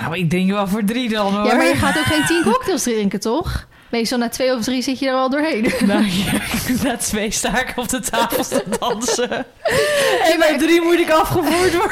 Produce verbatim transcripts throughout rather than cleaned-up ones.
Nou, ik denk wel voor drie dan, hoor. Ja, maar je gaat ook geen tien cocktails drinken, toch? Meestal na twee of drie zit je er al doorheen. Nou, ja, na twee sta ik op de tafel te dansen. En bij drie moet ik afgevoerd worden.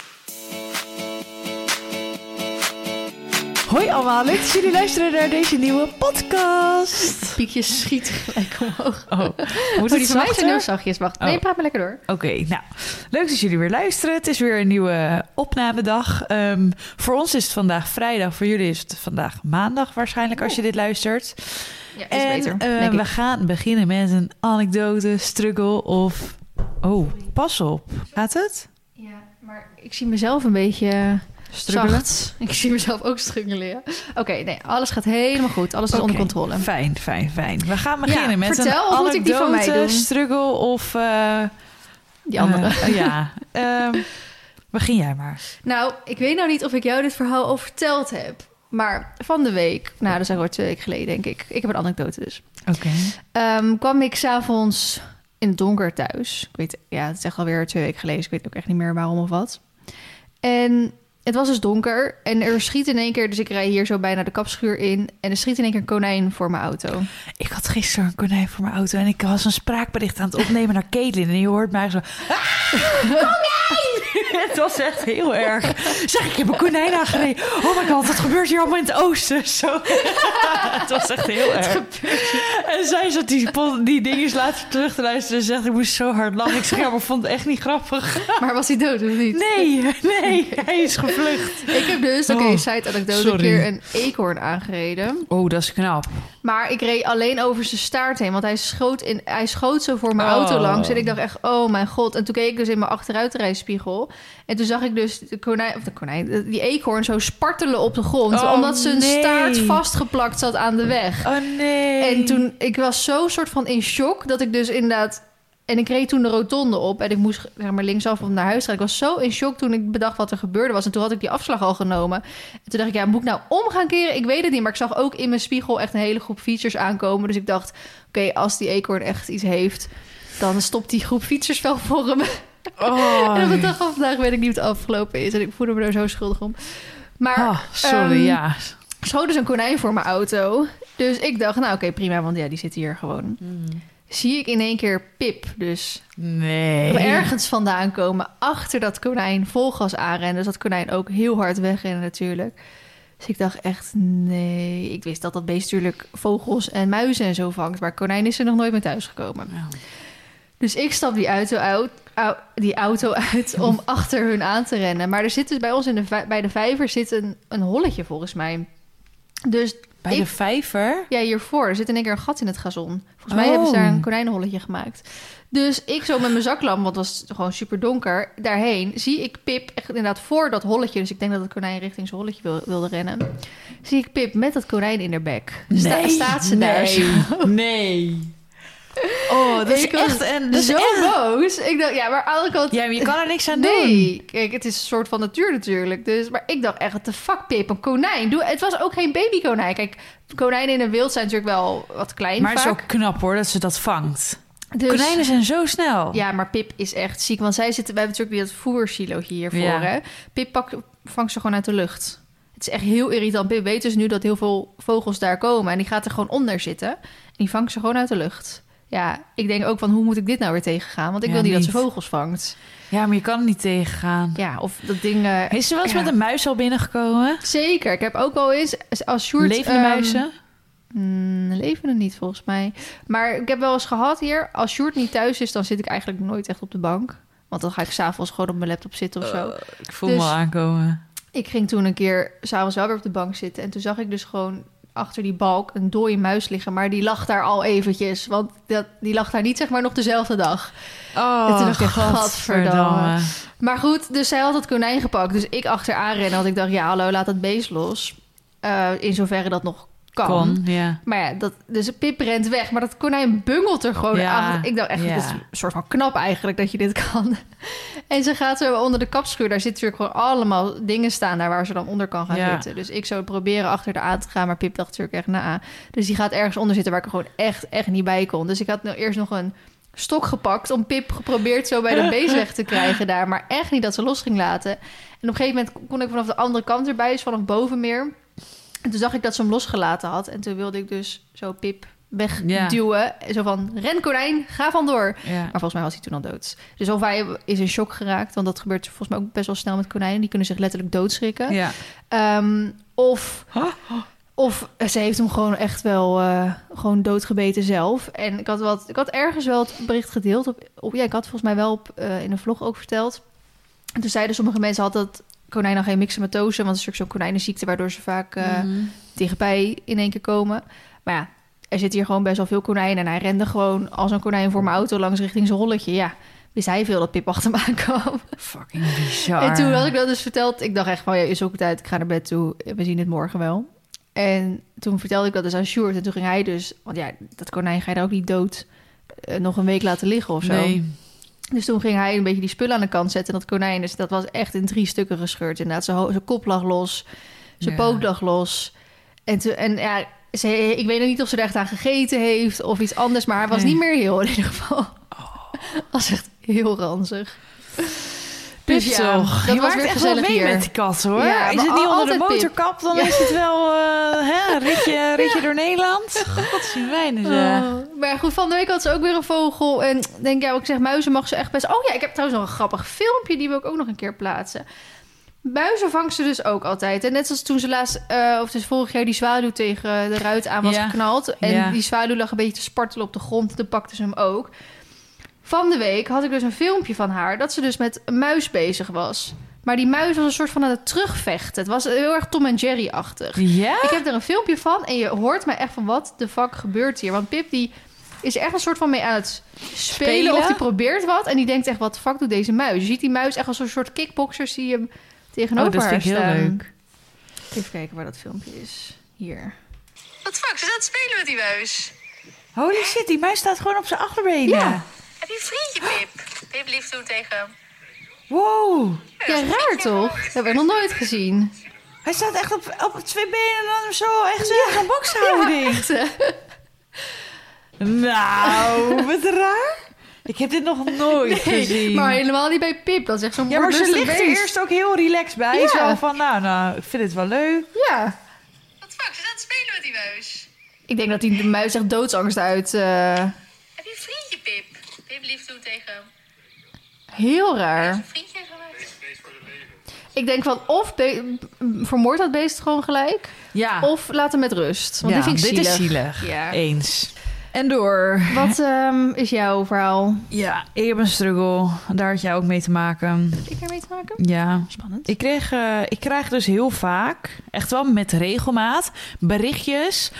Hoi allemaal, leuk dat jullie luisteren naar deze nieuwe podcast. Piekje schiet gelijk omhoog. Oh, moet oh, het die van mij zijn heel zachter? zachtjes. Wacht, Oh. nee, praat maar lekker door. Oké, okay, nou, leuk dat jullie weer luisteren. Het is weer een nieuwe opnamedag. Um, voor ons is het vandaag vrijdag, voor jullie is het vandaag maandag waarschijnlijk als je dit luistert. Ja, is en beter, uh, denk ik. we gaan beginnen met een anekdote, struggle of... Oh, pas op. Gaat het? Ja, maar ik zie mezelf een beetje... Struggelen? Zacht. Ik zie mezelf ook struggelen, ja. Oké, okay, nee, alles gaat helemaal goed. Alles is okay, onder controle. Fijn, fijn, fijn. We gaan beginnen ja, met vertel, een of moet ik die van mij anekdote, doen? struggle of... Uh, die andere. Uh, ja, uh, begin jij maar. Nou, ik weet nou niet of ik jou dit verhaal al verteld heb. Maar van de week, nou, dat is alweer twee weken geleden, denk ik. Ik heb een anekdote dus. Oké. Okay. Um, kwam ik 's avonds in het donker thuis. Ik weet, ja, het is echt alweer twee weken geleden. Dus ik weet ook echt niet meer waarom of wat. En... Het was dus donker en er schiet in één keer... Dus ik rij hier zo bijna de kapschuur in... en er schiet in één keer een konijn voor mijn auto. Ik had gisteren een konijn voor mijn auto... en ik was een spraakbericht aan het opnemen naar Caitlin... en je hoort mij zo... Ah, konijn! Het was echt heel erg. Zeg, ik heb een konijn aangereden. Oh my god, wat gebeurt hier allemaal in het oosten? Zo. Het was echt heel erg. En zij zat die, die dingen later terug te luisteren... en zegt, ik moest zo hard lachen. Ik zeg, ja, maar ik vond het echt niet grappig. Maar was hij dood of niet? Nee, nee, hij is gevlucht. Ik heb dus, oké, okay, oh, side anekdote, een keer een eekhoorn aangereden. Oh, dat is knap. Maar ik reed alleen over zijn staart heen, want hij schoot, in, hij schoot zo voor mijn oh. auto langs. En ik dacht echt, oh mijn god. En toen keek ik dus in mijn achteruitrijspiegel. En toen zag ik dus de konijn, of de konijn, die eekhoorn zo spartelen op de grond. Oh, omdat zijn nee. staart vastgeplakt zat aan de weg. Oh nee. En toen, ik was zo soort van in shock, dat ik dus inderdaad... En ik reed toen de rotonde op en ik moest zeg maar linksaf om naar huis gaan. Ik was zo in shock toen ik bedacht wat er gebeurde was. En toen had ik die afslag al genomen. En toen dacht ik, ja, moet ik nou om gaan keren? Ik weet het niet, maar ik zag ook in mijn spiegel echt een hele groep fietsers aankomen. Dus ik dacht, oké, okay, als die eekhoorn echt iets heeft, dan stopt die groep fietsers wel voor hem. Oh. En op de dag van vandaag weet ik niet wat afgelopen is. En ik voelde me er zo schuldig om. Maar, oh, sorry, um, ja. schoot dus een konijn voor mijn auto. Dus ik dacht, nou oké, okay, prima, want ja, die zit hier gewoon. Mm. Zie ik in één keer Pip dus nee. ergens vandaan komen, achter dat konijn vol gas aanrennen. Dus dat konijn ook heel hard wegrennen natuurlijk. Dus ik dacht echt, nee. Ik wist dat dat beest natuurlijk vogels en muizen en zo vangt. Maar konijn is er nog nooit mee thuis gekomen. Ja. Dus ik stap die auto uit, die auto uit om achter hun aan te rennen. Maar er zit dus bij ons in de, bij de vijver zit een, een holletje volgens mij. Dus bij ik, de vijver? Ja, hiervoor. Er zit in één keer een gat in het gazon. Volgens mij oh. hebben ze daar een konijnenholletje gemaakt. Dus ik zo met mijn zaklamp, want het was gewoon super donker, daarheen zie ik Pip echt inderdaad voor dat holletje. Dus ik denk dat het konijn richting zijn holletje wil, wilde rennen. Zie ik Pip met dat konijn in haar bek. Nee, Sta, staat ze nee, daar zo. Nee. Oh, dat is ik echt... En, dat zo is echt... boos. Ik dacht, ja, maar aan de andere kant... Ja, maar je kan er niks aan nee. doen. Nee, kijk, het is een soort van natuur natuurlijk. Dus, maar ik dacht echt, what the fuck, Pip, een konijn. Doe, het was ook geen babykonijn. Kijk, konijnen in het wild zijn natuurlijk wel wat klein Maar het vaak. is ook knap hoor, dat ze dat vangt. Dus, konijnen zijn zo snel. Ja, maar Pip is echt ziek. Want zij zitten, wij hebben natuurlijk dat voersilootje hiervoor. Ja. Hè? Pip pak, vangt ze gewoon uit de lucht. Het is echt heel irritant. Pip weet dus nu dat heel veel vogels daar komen. En die gaat er gewoon onder zitten. En die vangt ze gewoon uit de lucht. Ja, ik denk ook van, hoe moet ik dit nou weer tegengaan? Want ik ja, wil niet, niet dat ze vogels vangt. Ja, maar je kan het niet tegengaan. Ja, of dat ding... Uh, is er wel eens ja. met een muis al binnengekomen? Zeker. Ik heb ook wel eens... Als Sjoerd, levende um, muizen? Mm, levende niet, volgens mij. Maar ik heb wel eens gehad hier... Als Sjoerd niet thuis is, dan zit ik eigenlijk nooit echt op de bank. Want dan ga ik 's avonds gewoon op mijn laptop zitten of zo. Uh, ik voel dus me al aankomen. Ik ging toen een keer 's avonds wel weer op de bank zitten. En toen zag ik dus gewoon achter die balk een dode muis liggen. Maar die lag daar al eventjes. Want dat, die lag daar niet zeg maar nog dezelfde dag. Oh, en toen dacht ik, godverdamme. Maar goed, dus zij had het konijn gepakt. Dus ik achteraan rennen. Want ik dacht, ja hallo, laat dat beest los. Uh, in zoverre dat nog kan. Kon, ja. Maar ja, dat, dus Pip rent weg. Maar dat konijn bungelt er gewoon ja, aan. Ik dacht echt, ja. dat is een soort van knap eigenlijk dat je dit kan. En ze gaat zo onder de kapschuur. Daar zitten natuurlijk gewoon allemaal dingen staan daar waar ze dan onder kan gaan ja. zitten. Dus ik zou proberen achter haar aan te gaan. Maar Pip dacht natuurlijk echt na. Dus die gaat ergens onder zitten waar ik er gewoon echt, echt niet bij kon. Dus ik had nou eerst nog een stok gepakt om Pip geprobeerd zo bij de beest weg te krijgen daar. Maar echt niet dat ze los ging laten. En op een gegeven moment kon ik vanaf de andere kant erbij, dus vanaf boven meer. En toen zag ik dat ze hem losgelaten had. En toen wilde ik dus zo Pip wegduwen. Ja. Zo van, ren konijn, ga vandoor. Ja. Maar volgens mij was hij toen al dood. Dus of hij is in shock geraakt. Want dat gebeurt volgens mij ook best wel snel met konijnen. Die kunnen zich letterlijk doodschrikken. Ja. Um, of... Huh? Of ze heeft hem gewoon echt wel uh, gewoon doodgebeten zelf. En ik had, wat, ik had ergens wel het bericht gedeeld. Op, op, ja, ik had volgens mij wel op, uh, in een vlog ook verteld. En toen zeiden sommige mensen had dat konijnen geen myxomatose. Want het is natuurlijk zo'n konijnenziekte waardoor ze vaak uh, mm-hmm. dichtbij in één keer komen. Maar ja, er zit hier gewoon best wel veel konijnen. En hij rende gewoon als een konijn voor mijn auto langs richting zijn rolletje. Ja, wist hij veel dat Pip achter me aankwam. Fucking bizar. En toen had ik dat dus verteld. Ik dacht echt van, ja, is ook tijd. Ik ga naar bed toe. We zien het morgen wel. En toen vertelde ik dat dus aan Sjoerd. En toen ging hij dus... Want ja, dat konijn ga je daar ook niet dood uh, nog een week laten liggen of zo. Nee. Dus toen ging hij een beetje die spullen aan de kant zetten. En dat konijn, dus dat was echt in drie stukken gescheurd. Inderdaad, zijn, ho- zijn kop lag los. Zijn ja. poot lag los. En, to, en ja, ze, ik weet nog niet of ze er echt aan gegeten heeft of iets anders. Maar hij was nee. niet meer heel in ieder geval. Oh. was echt heel ranzig. Dus ja, toch. Dat je was weer echt wel mee hier. Met die kat, hoor. Ja, is het niet onder de motorkap, dan ja. is het wel uh, hè, een ritje, ritje ja. door Nederland. God, zien weinig. Uh. Maar goed, van de week had ze ook weer een vogel. En denk ja, ik zeg, muizen mag ze echt best... Oh ja, ik heb trouwens nog een grappig filmpje, die wil ik ook nog een keer plaatsen. Muizen vangt ze dus ook altijd. En net zoals toen ze laatst, uh, of dus vorig jaar, die zwaluw tegen de ruit aan was ja. geknald. En ja. die zwaluw lag een beetje te spartelen op de grond. Dan pakte ze hem ook. Van de week had ik dus een filmpje van haar... dat ze dus met een muis bezig was. Maar die muis was een soort van aan het terugvechten. Het was heel erg Tom en Jerry-achtig. Ja? Ik heb er een filmpje van en je hoort mij echt van... wat de fuck gebeurt hier? Want Pip die is echt een soort van mee aan het spelen... spelen? Of die probeert wat en die denkt echt... wat de fuck doet deze muis? Je ziet die muis echt als een soort kickboxers... die hem tegenover haar staan. Oh, dat vind ik heel leuk. Even kijken waar dat filmpje is. Hier. Wat fuck, ze staat spelen met die muis. Holy shit, die muis staat gewoon op zijn achterbenen. Ja. Heb je een vriendje, Pip? Pip lief doen tegen... Wow. Ja, ja raar toch? Dat hebben we nog nooit gezien. Hij staat echt op, op twee benen en dan zo echt zo ja. een bokshouding. Ja, nou, wat raar. Ik heb dit nog nooit nee, gezien. Maar helemaal niet bij Pip. Dat is echt zo'n ja, maar ze ligt er eerst ook heel relaxed bij. Ja. Zo van, nou, nou, ik vind het wel leuk. Ja. Wat fuck, ze staat spelen met die muis. Ik denk dat die de muis echt doodsangst uit... Uh... Heb je een vriendje, Pip? Pip lief doen tegen... Heel raar. Een vriendje gemaakt. Ik denk van of be- vermoord dat beest gewoon gelijk. Ja. Of laat hem met rust. Want ja, dit vind ik dit zielig. is zielig. Ja. Eens. En door. Wat um, is jouw verhaal? Ja, ik heb een struggle. Daar had jij ook mee te maken. Heb ik er mee te maken? Ja. Spannend. Ik, kreeg, uh, ik krijg dus heel vaak, echt wel met regelmaat, berichtjes...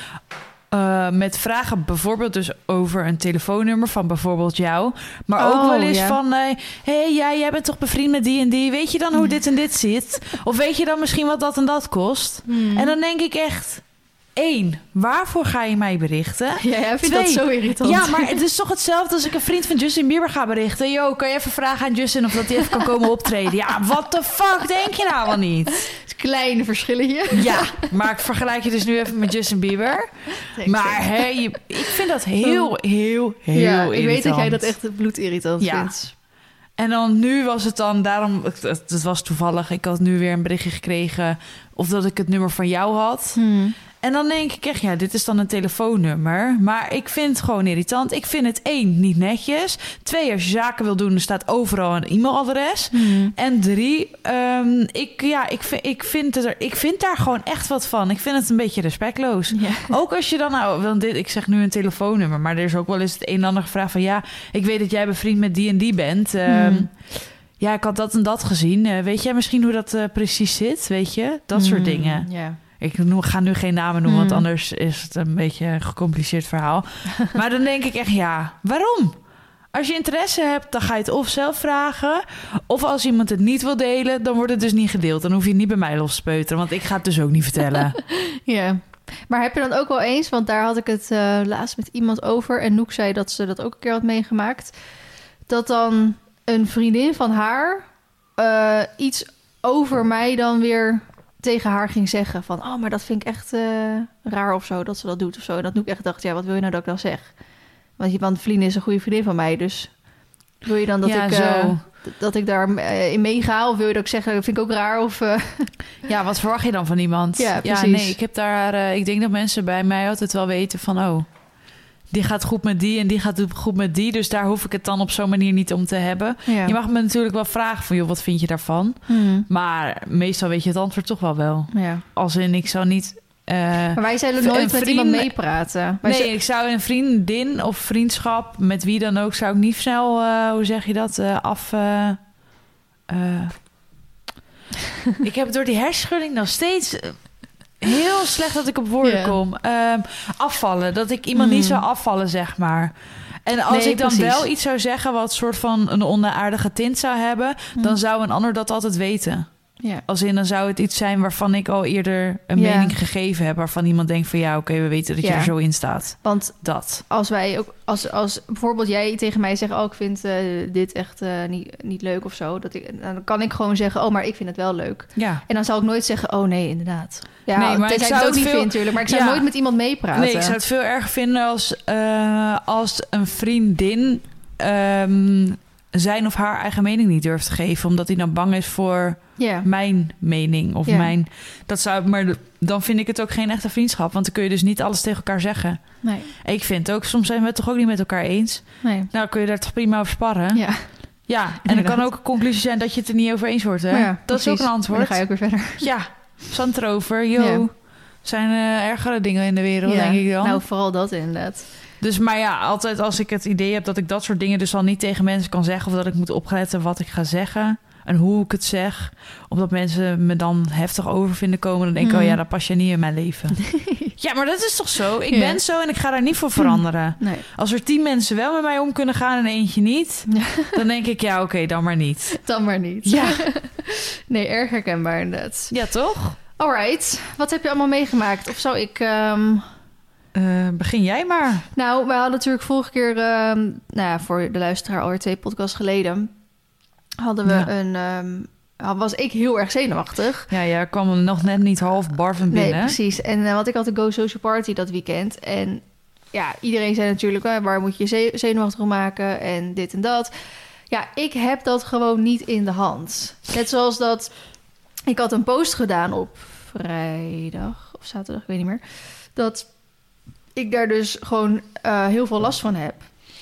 Uh, met vragen bijvoorbeeld dus over een telefoonnummer van bijvoorbeeld jou. Maar ook oh, wel eens ja. van... Hé, uh, hey, ja, jij bent toch bevriend met die en die? Weet je dan hoe dit en dit zit? Of weet je dan misschien wat dat en dat kost? Hmm. En dan denk ik echt... Eén, waarvoor ga je mij berichten? Ja, jij vindt dat zo irritant. Ja, maar het is toch hetzelfde als ik een vriend van Justin Bieber ga berichten. Yo, kan je even vragen aan Justin of dat hij even kan komen optreden? Ja, what the fuck denk je nou wel niet? Kleine verschilletje. Ja, maar ik vergelijk je dus nu even met Justin Bieber. Thanks, maar hey, ik vind dat heel, heel, heel ja, irritant. Ik weet dat jij dat echt bloedirritant ja. vindt. En dan nu was het dan, daarom, het, het was toevallig, ik had nu weer een berichtje gekregen of dat ik het nummer van jou had. Hmm. En dan denk ik echt, ja, dit is dan een telefoonnummer. Maar ik vind het gewoon irritant. Ik vind het één, niet netjes. Twee, als je zaken wil doen, er staat overal een e-mailadres. Hmm. En drie, um, ik, ja, ik, vind, ik, vind het er, ik vind daar gewoon echt wat van. Ik vind het een beetje respectloos. Ja. Ook als je dan, nou, want dit, ik zeg nu een telefoonnummer, maar er is ook wel eens het een en ander gevraagd van, ja, ik weet dat jij bevriend met die en die bent. Um, hmm. Ja, ik had dat en dat gezien. Uh, weet jij misschien hoe dat uh, precies zit? Weet je? Dat hmm. soort dingen. Ja. Ik ga nu geen namen noemen, want anders is het een beetje een gecompliceerd verhaal. Maar dan denk ik echt, ja, waarom? Als je interesse hebt, dan ga je het of zelf vragen. Of als iemand het niet wil delen, dan wordt het dus niet gedeeld. Dan hoef je het niet bij mij los te peuteren, want ik ga het dus ook niet vertellen. Ja, maar heb je dan ook wel eens, want daar had ik het uh, laatst met iemand over... en Noek zei dat ze dat ook een keer had meegemaakt... dat dan een vriendin van haar uh, iets over mij dan weer... tegen haar ging zeggen van... oh, maar dat vind ik echt uh, raar of zo, dat ze dat doet of zo. En dat Noek echt dacht, ja, wat wil je nou dat ik dan zeg? Want, je, want Vlien is een goede vriendin van mij, dus wil je dan dat Ja, ik... zo. Uh, dat ik daar uh, in meega? Of wil je dat ik zeg, dat vind ik ook raar? Of, uh... Ja, wat verwacht je dan van iemand? Ja, precies. Ja, nee, ik heb daar... Uh, ik denk dat mensen bij mij altijd wel weten van... oh, die gaat goed met die en die gaat goed met die. Dus daar hoef ik het dan op zo'n manier niet om te hebben. Ja. Je mag me natuurlijk wel vragen van... joh, wat vind je daarvan? Hmm. Maar meestal weet je het antwoord toch wel wel. Ja. Als in, ik zou niet... Uh, maar wij zullen nooit met vriend... iemand meepraten. Wij nee, z- ik zou een vriendin of vriendschap... met wie dan ook, zou ik niet snel... Uh, hoe zeg je dat? Uh, af... Uh, uh... ik heb door die hersenschudding nog steeds... Uh, heel slecht dat ik op woorden Yeah. kom. Um, afvallen. Dat ik iemand mm. niet zou afvallen, zeg maar. En als nee, ik dan precies. wel iets zou zeggen... wat soort van een onaardige tint zou hebben... Mm. dan zou een ander dat altijd weten. Ja. Als in, dan zou het iets zijn waarvan ik al eerder een ja. mening gegeven heb... waarvan iemand denkt van ja, oké, okay, we weten dat ja. je er zo in staat. Want dat. Als wij ook, als, als bijvoorbeeld jij tegen mij zegt... oh, ik vind uh, dit echt uh, niet, niet leuk of zo... Dat ik, dan kan ik gewoon zeggen, oh, maar ik vind het wel leuk. Ja. En dan zal ik nooit zeggen, oh nee, inderdaad. Ja, nee, maar ik zou het ook het niet veel... vind natuurlijk... maar ik zou ja. nooit met iemand meepraten. Nee, ik zou het veel erger vinden als, uh, als een vriendin... Um, zijn of haar eigen mening niet durft te geven... omdat hij dan bang is voor yeah. mijn mening of yeah. mijn... Dat zou, maar dan vind ik het ook geen echte vriendschap... want dan kun je dus niet alles tegen elkaar zeggen. Nee. Ik vind ook, soms zijn we het toch ook niet met elkaar eens. Nee. Nou, dan kun je daar toch prima over sparren. Ja, ja en dan kan ook een conclusie zijn... dat je het er niet over eens wordt. Hè? Ja, dat is ook een antwoord. En dan ga je ook weer verder. Ja, zand erover. Yo, yeah. zijn uh, ergere dingen in de wereld, ja. denk ik dan. Nou, vooral dat inderdaad. Dus, maar ja, altijd als ik het idee heb dat ik dat soort dingen dus al niet tegen mensen kan zeggen... of dat ik moet opletten wat ik ga zeggen en hoe ik het zeg... omdat mensen me dan heftig over vinden komen... dan denk ik, mm. oh ja, dat pas je niet in mijn leven. Ja, maar dat is toch zo? Ik ja. ben zo en ik ga daar niet voor veranderen. Nee. Als er tien mensen wel met mij om kunnen gaan en eentje niet... Ja. dan denk ik, ja, oké, okay, dan maar niet. Dan maar niet. Ja. Nee, erg herkenbaar inderdaad. Ja, toch? Alright, wat heb je allemaal meegemaakt? Of zou ik... Um... Uh, begin jij maar. Nou, we hadden natuurlijk vorige keer... Uh, nou ja, voor de luisteraar alweer twee podcasts geleden... hadden we ja. een... Um, was ik heel erg zenuwachtig. Ja, jij kwam nog net niet half barvend binnen. Nee, precies. En uh, want ik had de Go Social Party dat weekend. En ja, iedereen zei natuurlijk... Uh, waar moet je je zenuwachtig maken? En dit en dat. Ja, ik heb dat gewoon niet in de hand. Net zoals dat... Ik had een post gedaan op vrijdag of zaterdag, ik weet niet meer... dat... ik daar dus gewoon uh, heel veel last van heb.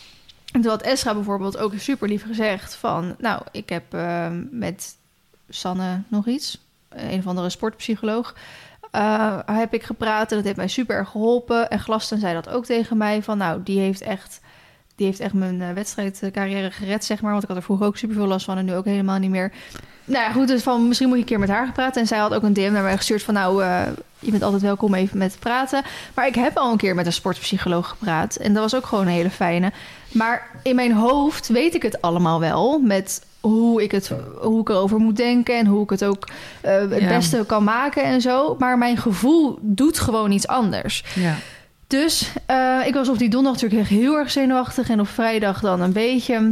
En toen had Esra bijvoorbeeld ook super lief gezegd van... nou, ik heb uh, met Sanne nog iets, een of andere sportpsycholoog... Uh, heb ik gepraat en dat heeft mij super erg geholpen. En Glasten zei dat ook tegen mij van... nou, die heeft echt, die heeft echt mijn uh, wedstrijdcarrière gered, zeg maar. Want ik had er vroeger ook super veel last van en nu ook helemaal niet meer... Nou ja, goed, dus van misschien moet je een keer met haar praten. En zij had ook een D M naar mij gestuurd van... nou, uh, je bent altijd welkom even met te praten. Maar ik heb al een keer met een sportpsycholoog gepraat. En dat was ook gewoon een hele fijne. Maar in mijn hoofd weet ik het allemaal wel... met hoe ik, het, hoe ik erover moet denken... en hoe ik het ook uh, het ja. beste kan maken en zo. Maar mijn gevoel doet gewoon iets anders. Ja. Dus uh, ik was op die donderdag natuurlijk echt heel erg zenuwachtig... en op vrijdag dan een beetje...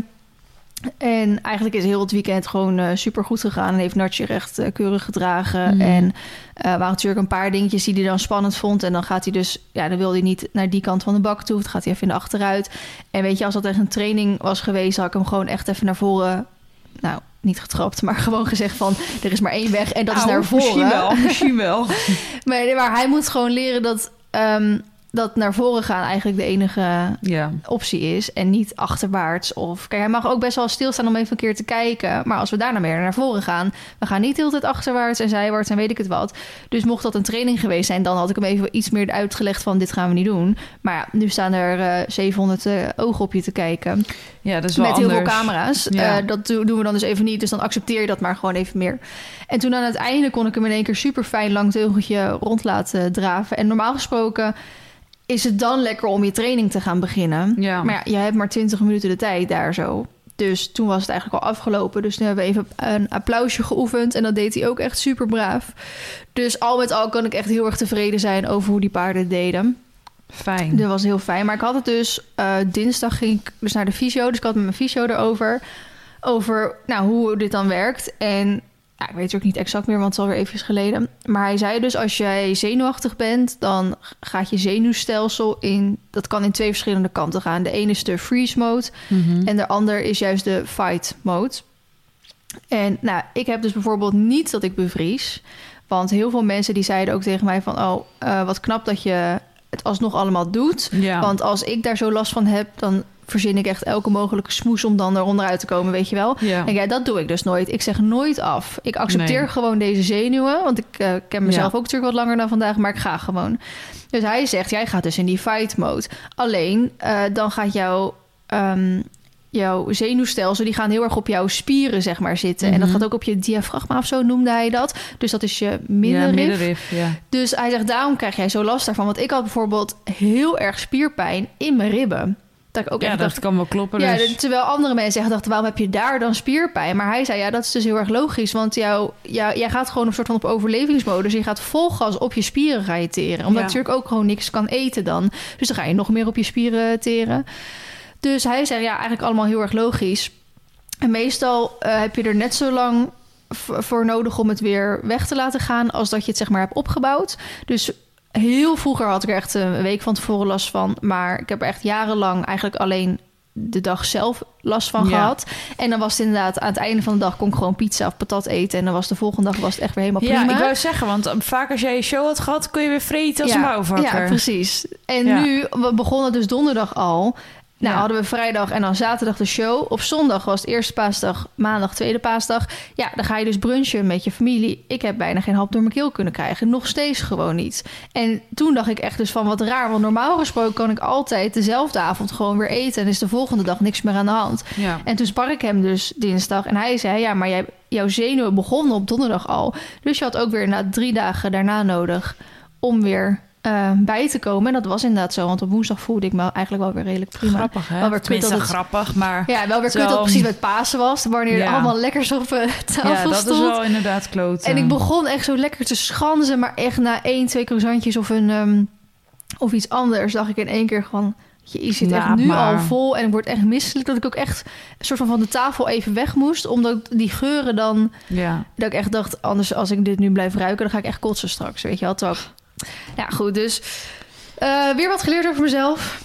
En eigenlijk is heel het weekend gewoon uh, super goed gegaan. En heeft Natje recht uh, keurig gedragen. Mm. En uh, waren natuurlijk een paar dingetjes die hij dan spannend vond. En dan gaat hij dus... Ja, dan wil hij niet naar die kant van de bak toe. Dan gaat hij even in de achteruit. En weet je, als dat echt een training was geweest... had ik hem gewoon echt even naar voren... Nou, niet getrapt, maar gewoon gezegd van... er is maar één weg en dat Au, is naar voren. Misschien wel, misschien wel. maar, maar hij moet gewoon leren dat... Um, dat naar voren gaan eigenlijk de enige ja. optie is. En niet achterwaarts. Of kijk, hij mag ook best wel stilstaan om even een keer te kijken. Maar als we daarna meer naar voren gaan... we gaan niet de hele tijd achterwaarts en zijwaarts en weet ik het wat. Dus mocht dat een training geweest zijn... dan had ik hem even iets meer uitgelegd van... dit gaan we niet doen. Maar ja, nu staan er uh, zevenhonderd uh, ogen op je te kijken. Ja, dat is wel met anders. heel veel camera's. Ja. Uh, dat doen we dan dus even niet. Dus dan accepteer je dat maar gewoon even meer. En toen aan het einde kon ik hem in één keer super fijn lang teugeltje rond laten draven. En normaal gesproken... is het dan lekker om je training te gaan beginnen. Ja. Maar ja, je hebt maar twintig minuten de tijd daar zo. Dus toen was het eigenlijk al afgelopen. Dus nu hebben we even een applausje geoefend. En dat deed hij ook echt super braaf. Dus al met al kan ik echt heel erg tevreden zijn... over hoe die paarden het deden. Fijn. Dat was heel fijn. Maar ik had het dus... Uh, dinsdag ging ik dus naar de fysio. Dus ik had met mijn fysio erover... over nou, hoe dit dan werkt. En... Nou, ik weet het ook niet exact meer, want het is alweer even geleden. Maar hij zei dus, als jij zenuwachtig bent, dan gaat je zenuwstelsel in... Dat kan in twee verschillende kanten gaan. De ene is de freeze mode Mm-hmm. en de ander is juist de fight mode. En nou, ik heb dus bijvoorbeeld niet dat ik bevries. Want heel veel mensen die zeiden ook tegen mij van... oh, uh, wat knap dat je het alsnog allemaal doet. Ja. Want als ik daar zo last van heb... dan verzin ik echt elke mogelijke smoes om dan eronder uit te komen, weet je wel. Ja. En ja, dat doe ik dus nooit. Ik zeg nooit af. Ik accepteer Nee. gewoon deze zenuwen. Want ik uh, ken mezelf Ja. ook natuurlijk wat langer dan vandaag, maar ik ga gewoon. Dus hij zegt, jij gaat dus in die fight mode. Alleen, uh, dan gaat jouw... Um, jouw zenuwstelsel, die gaan heel erg op jouw spieren, zeg maar, zitten. Mm-hmm. En dat gaat ook op je diafragma of zo, noemde hij dat. Dus dat is je middenrif. Ja, middenrif, ja. Dus hij zegt, daarom krijg jij zo last daarvan. Want ik had bijvoorbeeld heel erg spierpijn in mijn ribben. Dat ik ook Ja, echt dat dacht, kan wel kloppen. ja, Dus. terwijl andere mensen zeggen, dachten, waarom heb je daar dan spierpijn? Maar hij zei, ja, dat is dus heel erg logisch. Want jou, jou, jij gaat gewoon een soort van op overlevingsmodus. Je gaat vol gas op je spieren gaan je teren. Omdat Ja. je natuurlijk ook gewoon niks kan eten dan. Dus dan ga je nog meer op je spieren teren. Dus hij zei, ja, eigenlijk allemaal heel erg logisch. En meestal uh, heb je er net zo lang v- voor nodig om het weer weg te laten gaan... als dat je het zeg maar hebt opgebouwd. Dus heel vroeger had ik er echt een week van tevoren last van. Maar ik heb er echt jarenlang eigenlijk alleen de dag zelf last van Ja. gehad. En dan was het inderdaad aan het einde van de dag... kon ik gewoon pizza of patat eten. En dan was de volgende dag was het echt weer helemaal Ja, prima. ik wou zeggen, want vaak als jij je show had gehad... kun je weer vreten als ja, een bouwvakker. Ja, precies. En Ja. nu, we begonnen dus donderdag al... Nou, Ja. hadden we vrijdag en dan zaterdag de show. Op zondag was het eerste paasdag, maandag tweede paasdag. Ja, dan ga je dus brunchen met je familie. Ik heb bijna geen hap door mijn keel kunnen krijgen. Nog steeds gewoon niet. En toen dacht ik echt dus van wat raar. Want normaal gesproken kan ik altijd dezelfde avond gewoon weer eten. En is de volgende dag niks meer aan de hand. Ja. En toen sprak ik hem dus dinsdag. En hij zei, ja, maar jij, jouw zenuwen begonnen op donderdag al. Dus je had ook weer na drie dagen daarna nodig om weer... Uh, bij te komen. En dat was inderdaad zo. Want op woensdag voelde ik me eigenlijk wel weer redelijk prima. Grappig, hè? Wel weer kut Tenminste, dat het, grappig, maar... ja, wel weer zo, kut dat het precies met Pasen was. Wanneer ja. er allemaal lekkers op uh, tafel Ja, dat stond. is wel inderdaad kloten. En ik begon echt zo lekker te schanzen. Maar echt na één, twee croissantjes of, een, um, of iets anders... dacht ik in één keer gewoon... Je zit echt Laat nu maar. al vol en ik word echt misselijk... dat ik ook echt een soort van van de tafel even weg moest... omdat die geuren dan... Ja. dat ik echt dacht, anders als ik dit nu blijf ruiken... dan ga ik echt kotsen straks, weet je wel. Toch? Ja, goed, dus... Uh, weer wat geleerd over mezelf.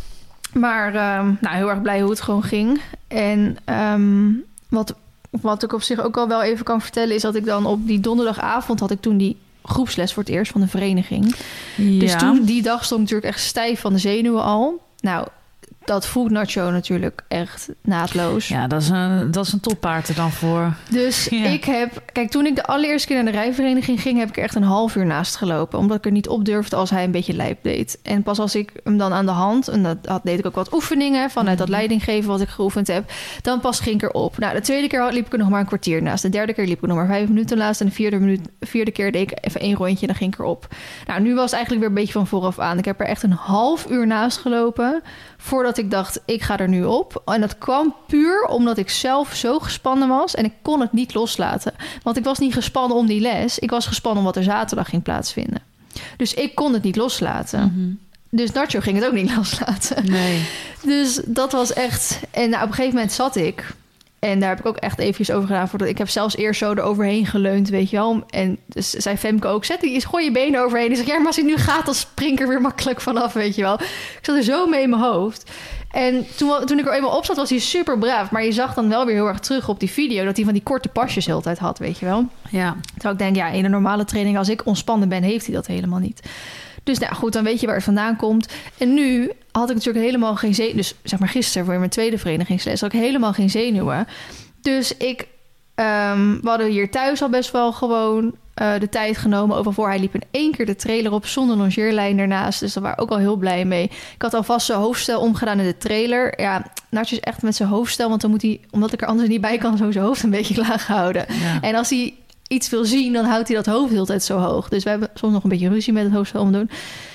Maar um, nou, heel erg blij hoe het gewoon ging. En um, wat, wat ik op zich ook al wel even kan vertellen... is dat ik dan op die donderdagavond... had ik toen die groepsles voor het eerst van de vereniging. Ja. Dus toen, die dag stond ik natuurlijk echt stijf van de zenuwen al. Nou, dat voelt Nacho natuurlijk echt naadloos. Ja, dat is een, dat is een toppaard er dan voor. Dus Ja. ik heb... Kijk, toen ik de allereerste keer naar de rijvereniging ging... heb ik er echt een half uur naast gelopen. Omdat ik er niet op durfde als hij een beetje lijp deed. En pas als ik hem dan aan de hand... en dat had, deed ik ook wat oefeningen... vanuit dat leidinggeven wat ik geoefend heb... dan pas ging ik erop. Nou, de tweede keer liep ik er nog maar een kwartier naast. De derde keer liep ik er nog maar vijf minuten naast. En de vierde, minuut, vierde keer deed ik even één rondje en dan ging ik erop. Nou, nu was het eigenlijk weer een beetje van vooraf aan. Ik heb er echt een half uur naast gelopen... voordat ik dacht, ik ga er nu op. En dat kwam puur omdat ik zelf zo gespannen was... en ik kon het niet loslaten. Want ik was niet gespannen om die les. Ik was gespannen om wat er zaterdag ging plaatsvinden. Dus ik kon het niet loslaten. Mm-hmm. Dus Nacho ging het ook niet loslaten. Nee. Dus dat was echt... En nou, op een gegeven moment zat ik... En daar heb ik ook echt eventjes over gedaan. Voordat ik heb zelfs eerst zo eroverheen geleund, weet je wel. En dus zei Femke ook, zet die, gooi je benen overheen. En zeg, ja, maar als hij nu gaat, dan spring ik er weer makkelijk vanaf, weet je wel. Ik zat er zo mee in mijn hoofd. En toen, toen ik er eenmaal op zat, was hij super braaf. Maar je zag dan wel weer heel erg terug op die video... dat hij van die korte pasjes de hele tijd had, weet je wel. Ja. Terwijl ik denk, ja, in een normale training... als ik ontspannen ben, heeft hij dat helemaal niet. Dus nou goed, dan weet je waar het vandaan komt. En nu had ik natuurlijk helemaal geen zenuwen. Dus zeg maar gisteren voor mijn tweede verenigingsles... had ik helemaal geen zenuwen. Dus ik... Um, we hadden hier thuis al best wel gewoon uh, de tijd genomen... over voor hij liep in één keer de trailer op... zonder longeerlijn ernaast. Dus daar waren we ook al heel blij mee. Ik had alvast zijn hoofdstel omgedaan in de trailer. Ja, Nacho is echt met zijn hoofdstel... want dan moet hij, omdat ik er anders niet bij kan... zo zijn hoofd een beetje laag houden. Ja. En als hij iets wil zien, dan houdt hij dat hoofd de hele tijd zo hoog. Dus we hebben soms nog een beetje ruzie met het hoofdstel omdoen.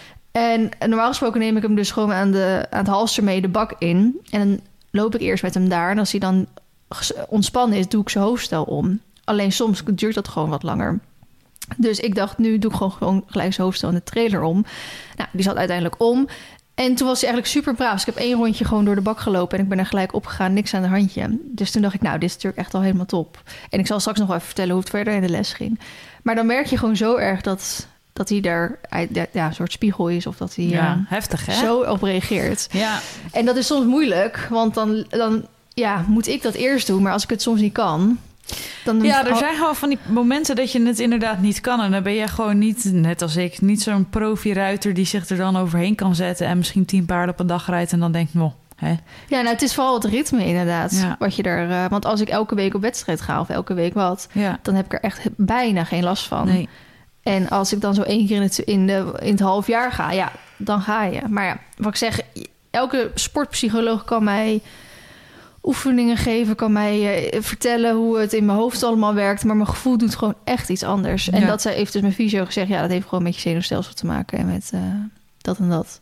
En normaal gesproken neem ik hem dus gewoon aan, de, aan het halster mee de bak in. En dan loop ik eerst met hem daar. En als hij dan ontspannen is, doe ik zijn hoofdstel om. Alleen soms duurt dat gewoon wat langer. Dus ik dacht, nu doe ik gewoon, gewoon gelijk zijn hoofdstel in de trailer om. Nou, die zat uiteindelijk om. En toen was hij eigenlijk super braaf. Dus ik heb één rondje gewoon door de bak gelopen... en ik ben er gelijk opgegaan, niks aan de handje. Dus toen dacht ik, nou, dit is natuurlijk echt al helemaal top. En ik zal straks nog wel even vertellen hoe het verder in de les ging. Maar dan merk je gewoon zo erg dat, dat hij er ja, een soort spiegel is... of dat hij Ja, uh, heftig, hè? zo op reageert. Ja. En dat is soms moeilijk, want dan, dan ja, moet ik dat eerst doen. Maar als ik het soms niet kan... Dan Ja, er zijn gewoon van die momenten dat je het inderdaad niet kan. En dan ben je gewoon niet, net als ik, niet zo'n profi-ruiter... die zich er dan overheen kan zetten... en misschien tien paarden op een dag rijdt en dan denkt... nou, hè. Ja, nou, het is vooral het ritme inderdaad. Ja. Wat je er, uh, want als ik elke week op wedstrijd ga of elke week wat... Ja. dan heb ik er echt bijna geen last van. Nee. En als ik dan zo één keer in het, in, de, in het half jaar ga, ja, dan ga je. Maar ja, wat ik zeg, elke sportpsycholoog kan mij... oefeningen geven, kan mij uh, vertellen hoe het in mijn hoofd allemaal werkt. Maar mijn gevoel doet gewoon echt iets anders. En ja. dat zei, heeft dus mijn fysio gezegd... ja, dat heeft gewoon met je zenuwstelsel te maken. En met uh, dat en dat.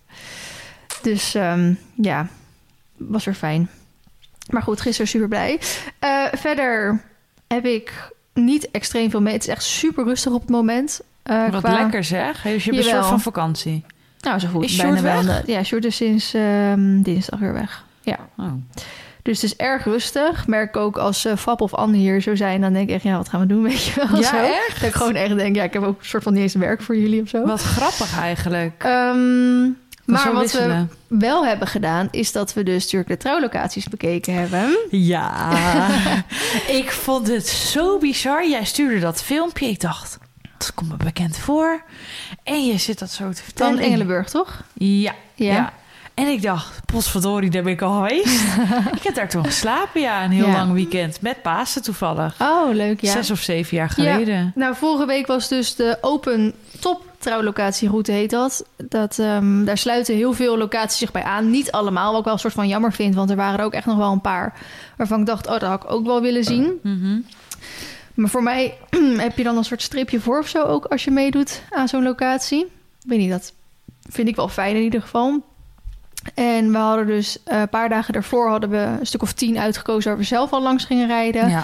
Dus um, ja, was weer fijn. Maar goed, gisteren super blij. Uh, verder heb ik niet extreem veel mee. Het is echt super rustig op het moment. Uh, Wat qua... lekker zeg. Je hebt een soort van vakantie. Nou, zo goed. Is bijna Sjoerd wel. weg? Ja, Sjoerd is sinds um, dinsdag weer weg. Ja. Oh. Dus het is erg rustig. Merk ook als uh, Fab of Anne hier zo zijn... dan denk ik echt, ja, wat gaan we doen, weet je wel? Ja, zo. echt? Dat ik gewoon echt denk, ja, ik heb ook een soort van niet eens werk voor jullie of zo. Wat grappig eigenlijk. Um, maar wat wisselen. we wel hebben gedaan... is dat we dus natuurlijk de trouwlocaties bekeken hebben. Ja. Ik vond het zo bizar. Jij stuurde dat filmpje. Ik dacht, dat komt me bekend voor. En je zit dat zo te vertellen. Van Engelenburg, toch? Ja, ja. Ja. En ik dacht, potverdorie, daar ben ik al geweest. Ik heb daar toen geslapen, ja, een heel Ja. lang weekend. Met Pasen toevallig. Oh, leuk, ja. Zes of zeven jaar geleden. Ja. Nou, vorige week was dus de open top trouwlocatieroute, heet dat. dat um, daar sluiten heel veel locaties zich bij aan. Niet allemaal, wat ik wel een soort van jammer vind. Want er waren er ook echt nog wel een paar waarvan ik dacht... oh, dat had ik ook wel willen zien. Mm-hmm. Maar voor mij heb je dan een soort stripje voor of zo ook... als je meedoet aan zo'n locatie. Ik weet niet, dat vind ik wel fijn in ieder geval. En we hadden dus uh, een paar dagen daarvoor... hadden we een stuk of tien uitgekozen... waar we zelf al langs gingen rijden. Ja.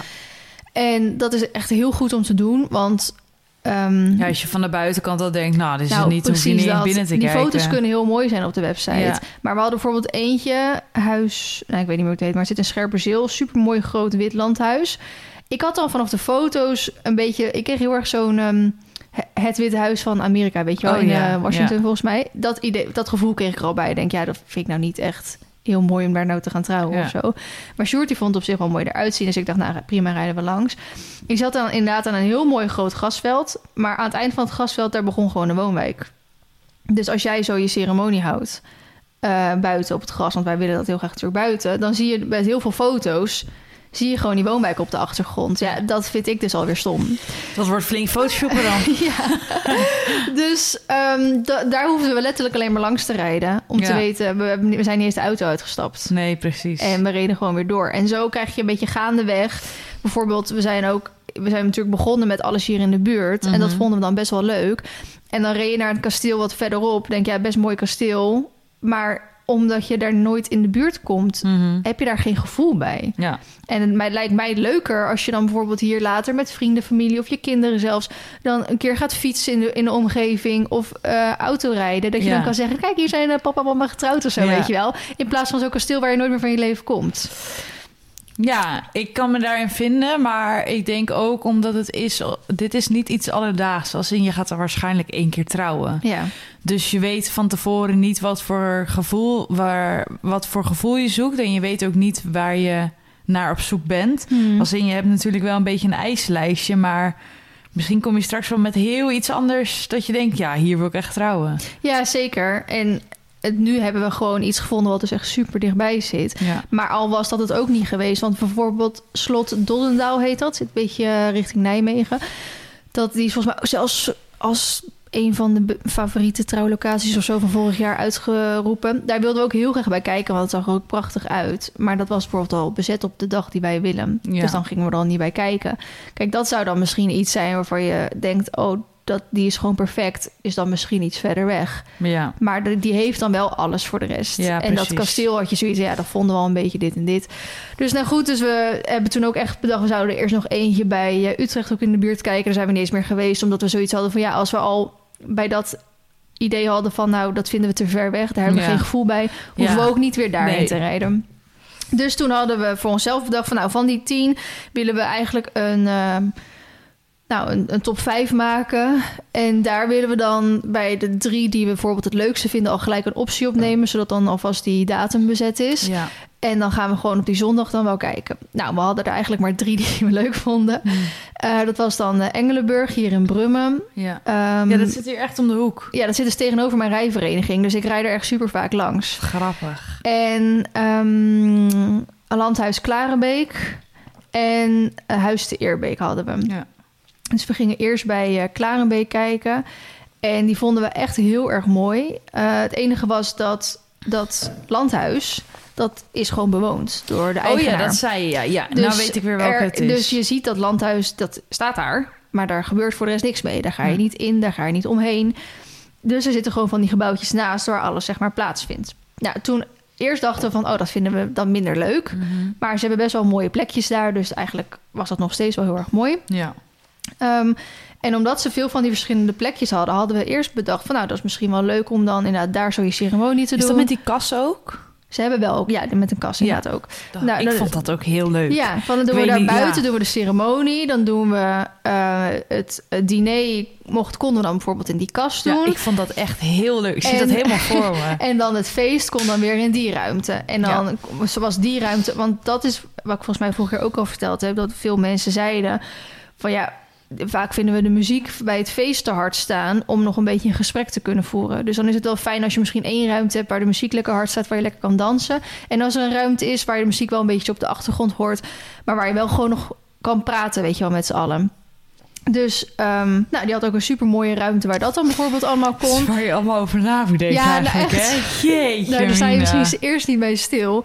En dat is echt heel goed om te doen, want... Um, Ja, als je van de buitenkant al denkt, nou, dit is nou, niet, hoef je niet dat. binnen te Die kijken. foto's kunnen heel mooi zijn op de website. Ja. Maar we hadden bijvoorbeeld eentje, huis... Nou, ik weet niet meer hoe het heet, maar het zit in Scherpenzeel. Super mooi groot wit landhuis. Ik had dan vanaf de foto's een beetje... Ik kreeg heel erg zo'n... Um, het Witte Huis van Amerika, weet je wel, Oh, in ja, uh, Washington ja. volgens mij. Dat, idee, dat gevoel kreeg ik er al bij. Ik denk, ja, dat vind ik nou niet echt heel mooi om daar nou te gaan trouwen Ja. of zo. Maar Sjoerd die vond het op zich wel mooi eruit zien. Dus ik dacht, nou prima, rijden we langs. Ik zat dan inderdaad aan een heel mooi groot grasveld. Maar aan het eind van het grasveld, daar begon gewoon een woonwijk. Dus als jij zo je ceremonie houdt uh, buiten op het gras... want wij willen dat heel graag natuurlijk buiten... dan zie je bij heel veel foto's... zie je gewoon die woonwijk op de achtergrond. Ja, dat vind ik dus alweer stom. Dat wordt flink photoshoppen dan. Ja. Dus um, da- daar hoefden we letterlijk alleen maar langs te rijden. Om Ja. te weten, we, we zijn niet eens de auto uitgestapt. Nee, precies. En we reden gewoon weer door. En zo krijg je een beetje gaandeweg. Bijvoorbeeld, we zijn ook... We zijn natuurlijk begonnen met alles hier in de buurt. Mm-hmm. En dat vonden we dan best wel leuk. En dan reed je naar het kasteel wat verderop. Denk je, ja, best mooi kasteel. Maar omdat je daar nooit in de buurt komt... Mm-hmm. heb je daar geen gevoel bij. Ja. En het mij- lijkt mij leuker als je dan bijvoorbeeld hier later... met vrienden, familie of je kinderen zelfs... dan een keer gaat fietsen in de, in de omgeving... of uh, autorijden. Dat je Ja. dan kan zeggen... kijk, hier zijn uh, papa en mama getrouwd of zo, Ja. weet je wel. In plaats van zo'n kasteel waar je nooit meer van je leven komt. Ja, ik kan me daarin vinden, maar ik denk ook omdat het is... Dit is niet iets alledaags, als in je gaat er waarschijnlijk één keer trouwen. Ja, Dus je weet van tevoren niet wat voor gevoel, waar, wat voor gevoel je zoekt. En je weet ook niet waar je naar op zoek bent. Hmm. Als in, je hebt natuurlijk wel een beetje een eislijstje, maar misschien kom je straks wel met heel iets anders dat je denkt, ja, hier wil ik echt trouwen. ja zeker. En het, nu hebben we gewoon iets gevonden wat dus echt super dichtbij zit. Ja. Maar al was dat het ook niet geweest. Want bijvoorbeeld Slot Doddendaal heet dat. Zit een beetje richting Nijmegen. Dat die is volgens mij zelfs als een van de be- favoriete trouwlocaties of zo van vorig jaar uitgeroepen. Daar wilden we ook heel graag bij kijken, want het zag er ook prachtig uit. Maar dat was bijvoorbeeld al bezet op de dag die wij willen. Ja. Dus dan gingen we er al niet bij kijken. Kijk, dat zou dan misschien iets zijn waarvan je denkt, oh, dat, die is gewoon perfect. Is dan misschien iets verder weg. Ja. Maar de- die heeft dan wel alles voor de rest. Ja, en dat precies. kasteel had je zoiets, ja, dat vonden we al een beetje dit en dit. Dus nou goed, dus we hebben toen ook echt bedacht, we zouden er eerst nog eentje bij uh, Utrecht ook in de buurt kijken. Daar zijn we niet eens meer geweest, omdat we zoiets hadden van, ja, als we al bij dat idee hadden van... nou, dat vinden we te ver weg, daar hebben we Ja. geen gevoel bij... hoeven Ja. we ook niet weer daarheen Nee. te rijden. Dus toen hadden we voor onszelf bedacht van... nou, van die tien willen we eigenlijk een... Uh, Nou, een, een top vijf maken. En daar willen we dan bij de drie die we bijvoorbeeld het leukste vinden... al gelijk een optie opnemen, zodat dan alvast die datum bezet is. Ja. En dan gaan we gewoon op die zondag dan wel kijken. Nou, we hadden er eigenlijk maar drie die we leuk vonden. Hmm. Uh, dat was dan uh, Engelenburg, hier in Brummen. Ja. Um, ja, dat zit hier echt om de hoek. Ja, dat zit dus tegenover mijn rijvereniging. Dus ik rijd er echt super vaak langs. Grappig. En um, Landhuis Klarenbeek en uh, Huis de Eerbeek hadden we. Ja. Dus we gingen eerst bij uh, Klarenbeek kijken. En die vonden we echt heel erg mooi. Uh, het enige was dat dat landhuis... dat is gewoon bewoond door de eigenaar. Oh ja, dat zei je, ja. ja. Dus nou weet ik weer welke er, het is. Dus je ziet dat landhuis, dat staat daar... maar daar gebeurt voor de rest niks mee. Daar ga je Hm. niet in, daar ga je niet omheen. Dus er zitten gewoon van die gebouwtjes naast... waar alles zeg maar plaatsvindt. Nou, toen eerst dachten we van... oh, dat vinden we dan minder leuk. Mm-hmm. Maar ze hebben best wel mooie plekjes daar... dus eigenlijk was dat nog steeds wel heel erg mooi. Ja. Um, en omdat ze veel van die verschillende plekjes hadden... hadden we eerst bedacht van... nou, dat is misschien wel leuk om dan inderdaad daar zo je ceremonie te Is doen. dat met die kas ook? Ze hebben wel ook, ja, met een kas inderdaad ook. Dat, Nou, ik dan- vond dat ook heel leuk. Ja, van dan doen Ik we weet daar niet, buiten ja. doen we de ceremonie. Dan doen we uh, het, het diner, mocht konden we dan bijvoorbeeld in die kas doen. Ja, ik vond dat echt heel leuk. Ik zie En- dat helemaal voor me. En dan het feest kon dan weer in die ruimte. En dan zoals die ruimte, want dat is wat ik volgens mij vorige keer ook al verteld heb, dat veel mensen zeiden van ja, vaak vinden we de muziek bij het feest te hard staan om nog een beetje een gesprek te kunnen voeren. Dus dan is het wel fijn als je misschien één ruimte hebt waar de muziek lekker hard staat, waar je lekker kan dansen. En als er een ruimte is waar je de muziek wel een beetje op de achtergrond hoort, maar waar je wel gewoon nog kan praten, weet je wel, met z'n allen. Dus um, nou, die had ook een super mooie ruimte waar dat dan bijvoorbeeld allemaal kon. Waar je allemaal over na moet denken Ja, nou eigenlijk, echt. hè? Jeetje, Nou, daar sta je Mina. misschien eerst niet bij stil.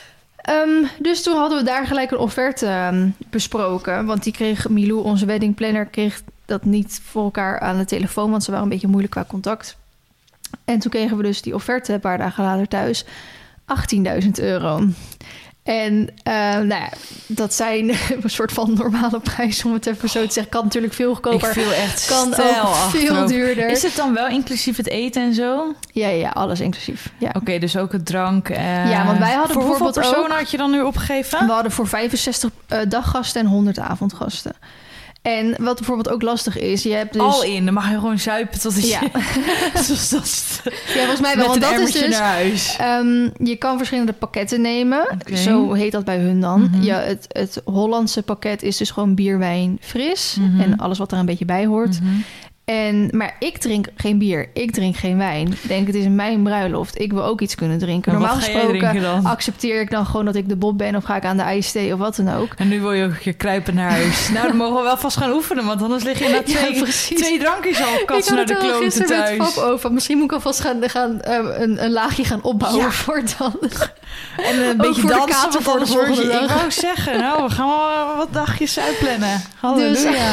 Um, dus toen hadden we daar gelijk een offerte um, besproken. Want die kreeg Milou, onze weddingplanner, kreeg dat niet voor elkaar aan de telefoon. Want ze waren een beetje moeilijk qua contact. En toen kregen we dus die offerte een paar dagen later thuis. achttienduizend euro. En uh, nou ja, dat zijn een soort van normale prijs, om het even zo te zeggen. Kan natuurlijk veel goedkoper. Ik viel echt kan stijl ook veel achterover. duurder. Is het dan wel inclusief het eten en zo? Ja, ja, ja, alles inclusief. Ja. Oké, okay, dus ook het drank. Uh, Ja, want wij hadden voor hoeveel bijvoorbeeld personen ook- had je dan nu opgegeven? We hadden voor vijfenzestig uh, daggasten en honderd avondgasten. En wat bijvoorbeeld ook lastig is, je hebt dus... Al in, dan mag je gewoon zuipen tot het Ja. je... dus dat is Ja, volgens mij wel, met want een dat is emmertje dus... naar huis. Um, je kan verschillende pakketten nemen. Oké. Zo heet dat bij hun dan. Mhm. Ja, het, het Hollandse pakket is dus gewoon bier, wijn, fris. Mhm. En alles wat er een beetje bij hoort. Mhm. En, maar ik drink geen bier. Ik drink geen wijn. Ik denk, het is mijn bruiloft. Ik wil ook iets kunnen drinken. Maar wat Normaal ga jij gesproken drinken dan? accepteer ik dan gewoon dat ik de Bob ben... of ga ik aan de ijsthee of wat dan ook. En nu wil je ook je kruipen naar huis. Nou, dan mogen we wel vast gaan oefenen, want anders lig je na twee, Ja, precies. twee drankjes al Ik katsen had naar het de al kloten gisteren met thuis. Fab over. Misschien moet ik alvast gaan, gaan uh, een, een laagje gaan opbouwen Ja. voor dan. En een Ook beetje voor de dansen, kater want voor de anders word je... volgende Ik dag. wou zeggen, nou, we gaan wel wat dagjes uitplannen. Halleluja.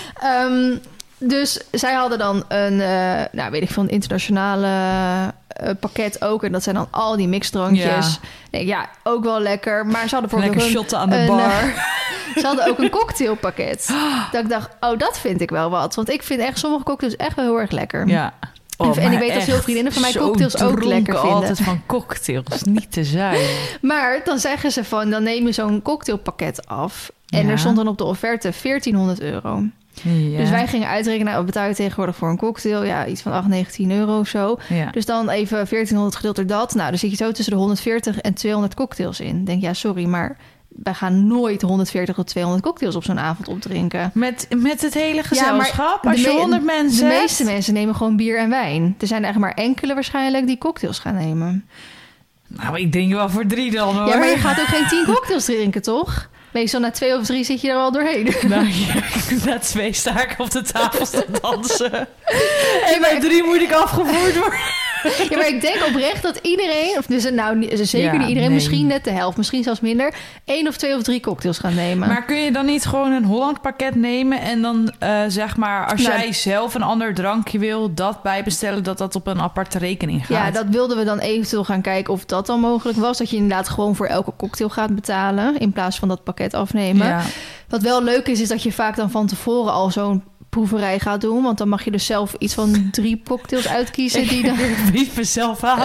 Um, dus zij hadden dan een, uh, nou weet ik veel, een internationale uh, pakket ook. En dat zijn dan al die mixdrankjes. Ja. Nee, ja, ook wel lekker. Maar ze hadden bijvoorbeeld Lekker ook een, shotten aan de een, bar. uh, ze hadden ook een cocktailpakket. Dat ik dacht, oh, dat vind ik wel wat. Want ik vind echt sommige cocktails echt wel heel erg lekker. Ja. En ik maar weet dat echt veel vriendinnen van mij zo cocktails ook dronken lekker vinden. altijd van cocktails, niet te zuiver. Maar dan zeggen ze van, dan neem je zo'n cocktailpakket af. En Ja. er stond dan op de offerte veertienhonderd euro. Ja. Dus wij gingen uitrekenen, nou, wat betaal je tegenwoordig voor een cocktail? Ja, iets van acht, negentien euro of zo. Ja. Dus dan even veertienhonderd gedeeld door dat. Nou, dan zit je zo tussen de honderdveertig en tweehonderd cocktails in. Denk, ja, sorry, maar wij gaan nooit honderdveertig tot tweehonderd cocktails op zo'n avond opdrinken. Met, met het hele gezelschap? de Als je me- honderd mensen De hebt? meeste mensen nemen gewoon bier en wijn. Er zijn er echt maar enkele waarschijnlijk die cocktails gaan nemen. Nou, ik drink wel voor drie dan, hoor. Ja, maar je gaat ook geen tien cocktails drinken, toch? Meestal na twee of drie zit je er wel doorheen. Nou, ja, na twee sta ik op de tafel te dansen. En maar- bij drie moet ik afgevoerd worden. Ja, maar ik denk oprecht dat iedereen, of dus nou niet- zeker Ja, niet iedereen, nee. misschien net de helft, misschien zelfs minder, één of twee of drie cocktails gaan nemen. Maar kun je dan niet gewoon een Holland pakket nemen en dan uh, zeg maar, als Nou, jij zelf een ander drankje wil, dat bijbestellen, dat dat op een aparte rekening gaat? ja, dat wilden we dan eventueel gaan kijken of dat dan mogelijk was. Dat je inderdaad gewoon voor elke cocktail gaat betalen in plaats van dat pakket afnemen. Ja. Wat wel leuk is, is dat je vaak dan van tevoren al zo'n proeverij gaat doen. Want dan mag je dus zelf iets van drie cocktails uitkiezen. Die dan, Ik bied mezelf aan.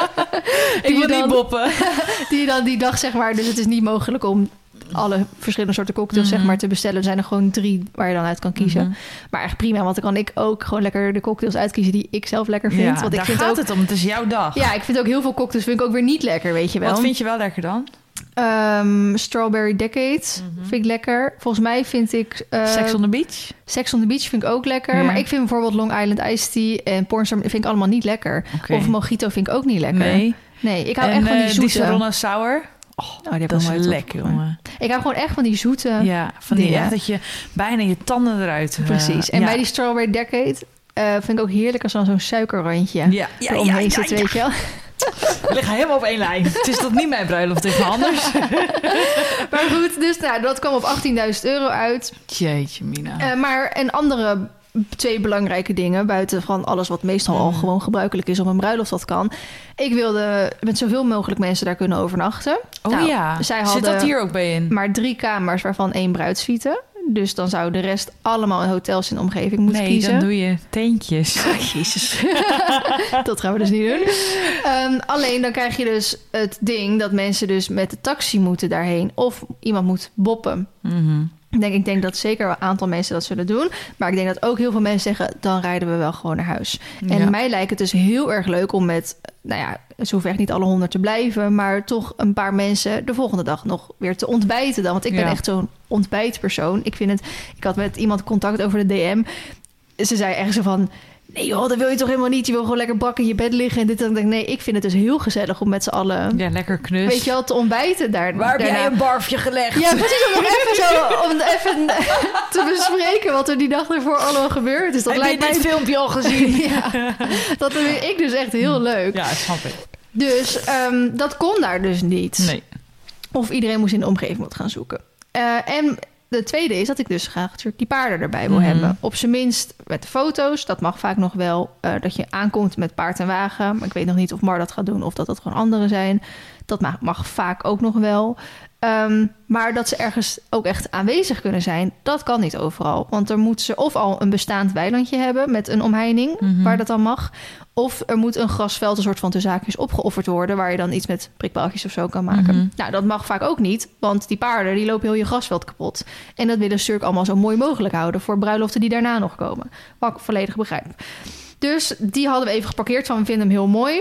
Ik wil dan- niet boppen. die je dan die dag, zeg maar... Dus het is niet mogelijk om alle verschillende soorten cocktails Mhm. zeg maar, te bestellen. Er zijn er gewoon drie waar je dan uit kan kiezen. Mhm. Maar echt prima, want dan kan ik ook gewoon lekker de cocktails uitkiezen... die ik zelf lekker vind. Ja, want ik daar vind gaat ook, het om. Het is jouw dag. Ja, ik vind ook heel veel cocktails vind ik ook weer niet lekker, weet je wel. Wat vind je wel lekker dan? Ehm, Strawberry Decade Mhm. vind ik lekker. Volgens mij vind ik... eh, Sex on the Beach? Sex on the Beach vind ik ook lekker. Ja. Maar ik vind bijvoorbeeld Long Island Iced Tea en Pornstar vind ik allemaal niet lekker. Oké. Of Mojito vind ik ook niet lekker. Nee. Nee, ik hou En echt van die eh, zoete. Serrano Sour? Oh, die heb ik Dat nog is nooit lekker, opgeproefd. jongen. Ik hou gewoon echt van die zoete. Ja, van die dingen. echt dat je bijna je tanden eruit... eh, Precies. En ja. bij die Strawberry Decade eh, vind ik ook heerlijk als dan zo'n suikerrandje Ja, ja, ja, eromheen ja, zit, ja. weet je wel. We liggen helemaal op één lijn. Het is toch niet mijn bruiloft, het is anders. Maar goed, dus nou, dat kwam op achttienduizend euro uit. Jeetje, Mina. Eh, maar en andere twee belangrijke dingen... buiten van alles wat meestal al Mm. gewoon gebruikelijk is... op een bruiloft dat kan. Ik wilde met zoveel mogelijk mensen daar kunnen overnachten. oh nou, ja, zij zit hadden dat hier ook bij in? maar drie kamers, waarvan één bruidssuite. Dus dan zou de rest allemaal in hotels in de omgeving moeten Nee, kiezen. dan doe je teentjes. Jezus. Dat gaan we dus niet doen. Ehm, alleen dan krijg je dus het ding dat mensen dus met de taxi moeten daarheen. Of iemand moet boppen. Mhm. Ik denk, ik denk dat zeker een aantal mensen dat zullen doen. Maar ik denk dat ook heel veel mensen zeggen... dan rijden we wel gewoon naar huis. En Ja. mij lijkt het dus heel erg leuk om met... nou ja, ze hoeven echt niet alle honderd te blijven... maar toch een paar mensen de volgende dag nog weer te ontbijten dan. Want ik ben Ja. echt zo'n ontbijtpersoon. Ik vind het... Ik had met iemand contact over de D M. Ze zei echt zo van... nee joh, dat wil je toch helemaal niet? Je wil gewoon lekker bakken in je bed liggen en dit en dat. Nee, ik vind het dus heel gezellig om met z'n allen... Ja, lekker knus. weet je wel, te ontbijten daar. Waar heb daarna. jij een barfje gelegd? Ja, precies. Om nog even zo om even te bespreken wat er die dag ervoor allemaal gebeurd is. Dat heb je lijkt dit mij... filmpje al gezien? Ja, dat vind ik dus echt heel leuk. Ja, snap ik. Dus ehm, dat kon daar dus niet. Nee. Of iedereen moest in de omgeving wat gaan zoeken. Eh, en de tweede is dat ik dus graag natuurlijk die paarden erbij wil Mhm. hebben. Op zijn minst met de foto's. Dat mag vaak nog wel. eh, dat je aankomt met paard en wagen. Maar ik weet nog niet of Mar dat gaat doen of dat dat gewoon anderen zijn. Dat mag, mag vaak ook nog wel. Ehm, maar dat ze ergens ook echt aanwezig kunnen zijn, dat kan niet overal. Want er moet ze of al een bestaand weilandje hebben met een omheining, Mhm. waar dat dan mag. Of er moet een grasveld, een soort van tussen haakjes, opgeofferd worden, waar je dan iets met prikballetjes of zo kan maken. Mhm. Nou, dat mag vaak ook niet, want die paarden die lopen heel je grasveld kapot. En dat willen ze natuurlijk allemaal zo mooi mogelijk houden voor bruiloften die daarna nog komen. Wat ik volledig begrijp. Dus die hadden we even geparkeerd van, we vinden hem heel mooi.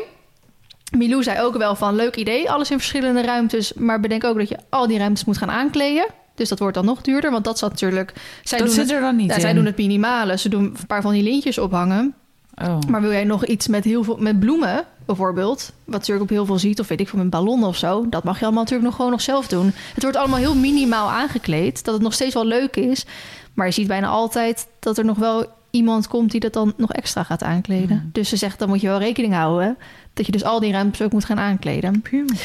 Milou zei ook wel van, leuk idee, alles in verschillende ruimtes. Maar bedenk ook dat je al die ruimtes moet gaan aankleden. Dus dat wordt dan nog duurder, want dat zat natuurlijk... Zij Dat doen zit het, er dan niet ja, in. zij doen het minimale. Ze doen een paar van die lintjes ophangen. Oh. Maar wil jij nog iets met heel veel met bloemen, bijvoorbeeld, wat natuurlijk op heel veel ziet, of weet ik veel, met ballonnen of zo, dat mag je allemaal natuurlijk nog gewoon nog zelf doen. Het wordt allemaal heel minimaal aangekleed, dat het nog steeds wel leuk is. Maar je ziet bijna altijd dat er nog wel iemand komt die dat dan nog extra gaat aankleden. Mm. Dus ze zegt, dan moet je wel rekening houden dat je dus al die ruimtes ook moet gaan aankleden.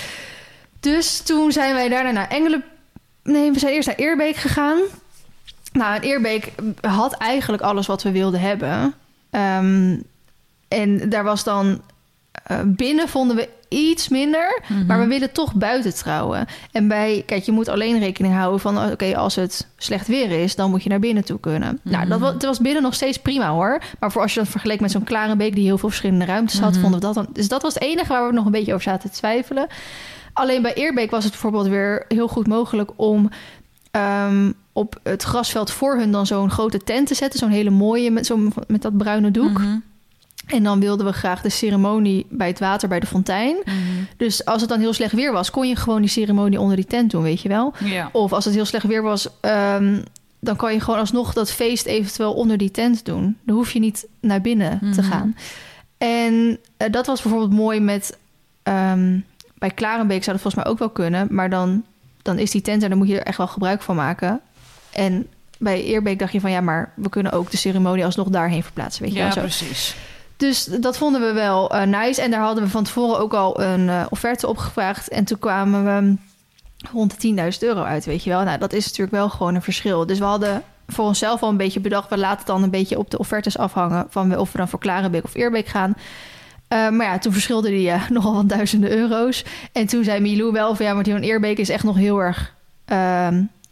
Dus toen zijn wij daarna naar Engelen... Nee, we zijn eerst naar Eerbeek gegaan. Nou, en Eerbeek had eigenlijk alles wat we wilden hebben. Um, en daar was dan... Uh, binnen vonden we iets minder, Mhm. maar we willen toch buiten trouwen. En bij... Kijk, je moet alleen rekening houden van... Oké, okay, als het slecht weer is, dan moet je naar binnen toe kunnen. Mhm. Nou, dat was, het was binnen nog steeds prima, hoor. Maar voor als je dat vergeleek met zo'n Klarenbeek... die heel veel verschillende ruimtes had, Mhm. vonden we dat dan... Dus dat was het enige waar we nog een beetje over zaten te twijfelen. Alleen bij Eerbeek was het bijvoorbeeld weer heel goed mogelijk om... Um, op het grasveld voor hun dan zo'n grote tent te zetten. Zo'n hele mooie met, zo, met dat bruine doek. Mhm. En dan wilden we graag de ceremonie bij het water, bij de fontein. Mhm. Dus als het dan heel slecht weer was, kon je gewoon die ceremonie onder die tent doen, weet je wel. Ja. Of als het heel slecht weer was, um, dan kan je gewoon alsnog dat feest eventueel onder die tent doen. Dan hoef je niet naar binnen Mhm. te gaan. En uh, dat was bijvoorbeeld mooi met... Um, bij Klarenbeek zou dat volgens mij ook wel kunnen. Maar dan, dan is die tent en dan moet je er echt wel gebruik van maken. En bij Eerbeek dacht je van... ja, maar we kunnen ook de ceremonie alsnog daarheen verplaatsen, weet je Ja, wel. Zo. precies. Dus dat vonden we wel uh, nice. En daar hadden we van tevoren ook al een uh, offerte op gevraagd. En toen kwamen we rond de tienduizend euro uit, weet je wel. Nou, dat is natuurlijk wel gewoon een verschil. Dus we hadden voor onszelf al een beetje bedacht... we laten het dan een beetje op de offertes afhangen... van of we dan voor Klarenbeek of Eerbeek gaan... Uh, maar ja, toen verschilde die uh, nogal wat duizenden euro's. En toen zei Milou wel van... ja, maar Dion Eerbeek is echt nog heel erg... Uh, nou,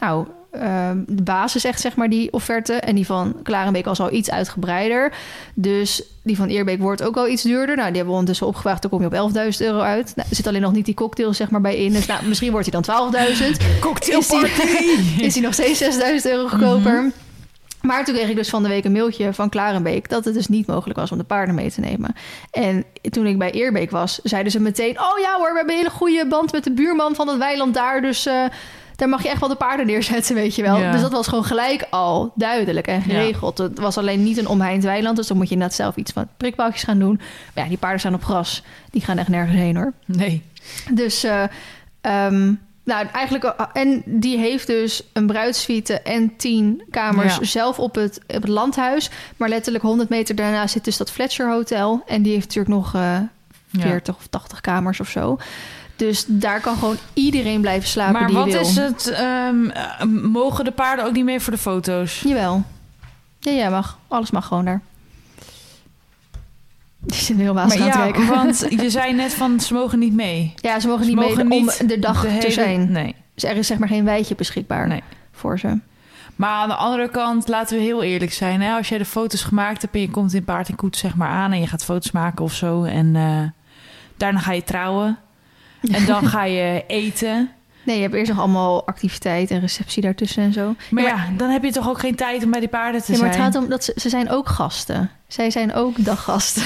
Uh, de basis echt, zeg maar, die offerte. En die van Klarenbeek was al iets uitgebreider. Dus die van Eerbeek wordt ook al iets duurder. Nou, die hebben we ondertussen opgevraagd. Dan kom je op elfduizend euro uit. Nou, er zit alleen nog niet die cocktail, zeg maar, bij in. Dus nou, misschien wordt hij dan twaalfduizend. Cocktailparty! Is die, is die nog steeds zesduizend euro goedkoper. Mm-hmm. Maar toen kreeg ik dus van de week een mailtje van Klarenbeek... dat het dus niet mogelijk was om de paarden mee te nemen. En toen ik bij Eerbeek was, zeiden ze meteen... oh ja hoor, we hebben een hele goede band met de buurman van het weiland daar... dus uh, daar mag je echt wel de paarden neerzetten, weet je wel. Ja. Dus dat was gewoon gelijk al duidelijk en geregeld. Ja. Het was alleen niet een omheind weiland... dus dan moet je inderdaad zelf iets van prikpaaltjes gaan doen. Maar ja, die paarden staan op gras. Die gaan echt nergens heen, hoor. Nee. Dus... Uh, um, Nou, eigenlijk... En die heeft dus een bruidssuite en tien kamers ja. zelf op het, op het landhuis. Maar letterlijk honderd meter daarna zit dus dat Fletcher Hotel. En die heeft natuurlijk nog uh, veertig ja. of tachtig kamers of zo. Dus daar kan gewoon iedereen blijven slapen maar die wil. Maar wat is het... Um, mogen de paarden ook niet meer voor de foto's? Jawel. Ja, ja, mag. Alles mag gewoon daar. Die zijn heel waas aan het kijken. Want je zei net van ze mogen niet mee. Ja, ze mogen niet ze mee mogen om niet de dag de hele, te zijn. Nee. Dus er is zeg maar geen wijtje beschikbaar nee. voor ze. Maar aan de andere kant, laten we heel eerlijk zijn. Hè? Als jij de foto's gemaakt hebt en je komt in paard en koets zeg maar aan... en je gaat foto's maken of zo en uh, daarna ga je trouwen. En dan ga je eten... Nee, je hebt eerst nog allemaal activiteit en receptie daartussen en zo. Maar ja, ja, maar, dan heb je toch ook geen tijd om bij die paarden te ja, zijn. Maar het gaat om dat ze, ze zijn ook gasten. Zij zijn ook daggasten.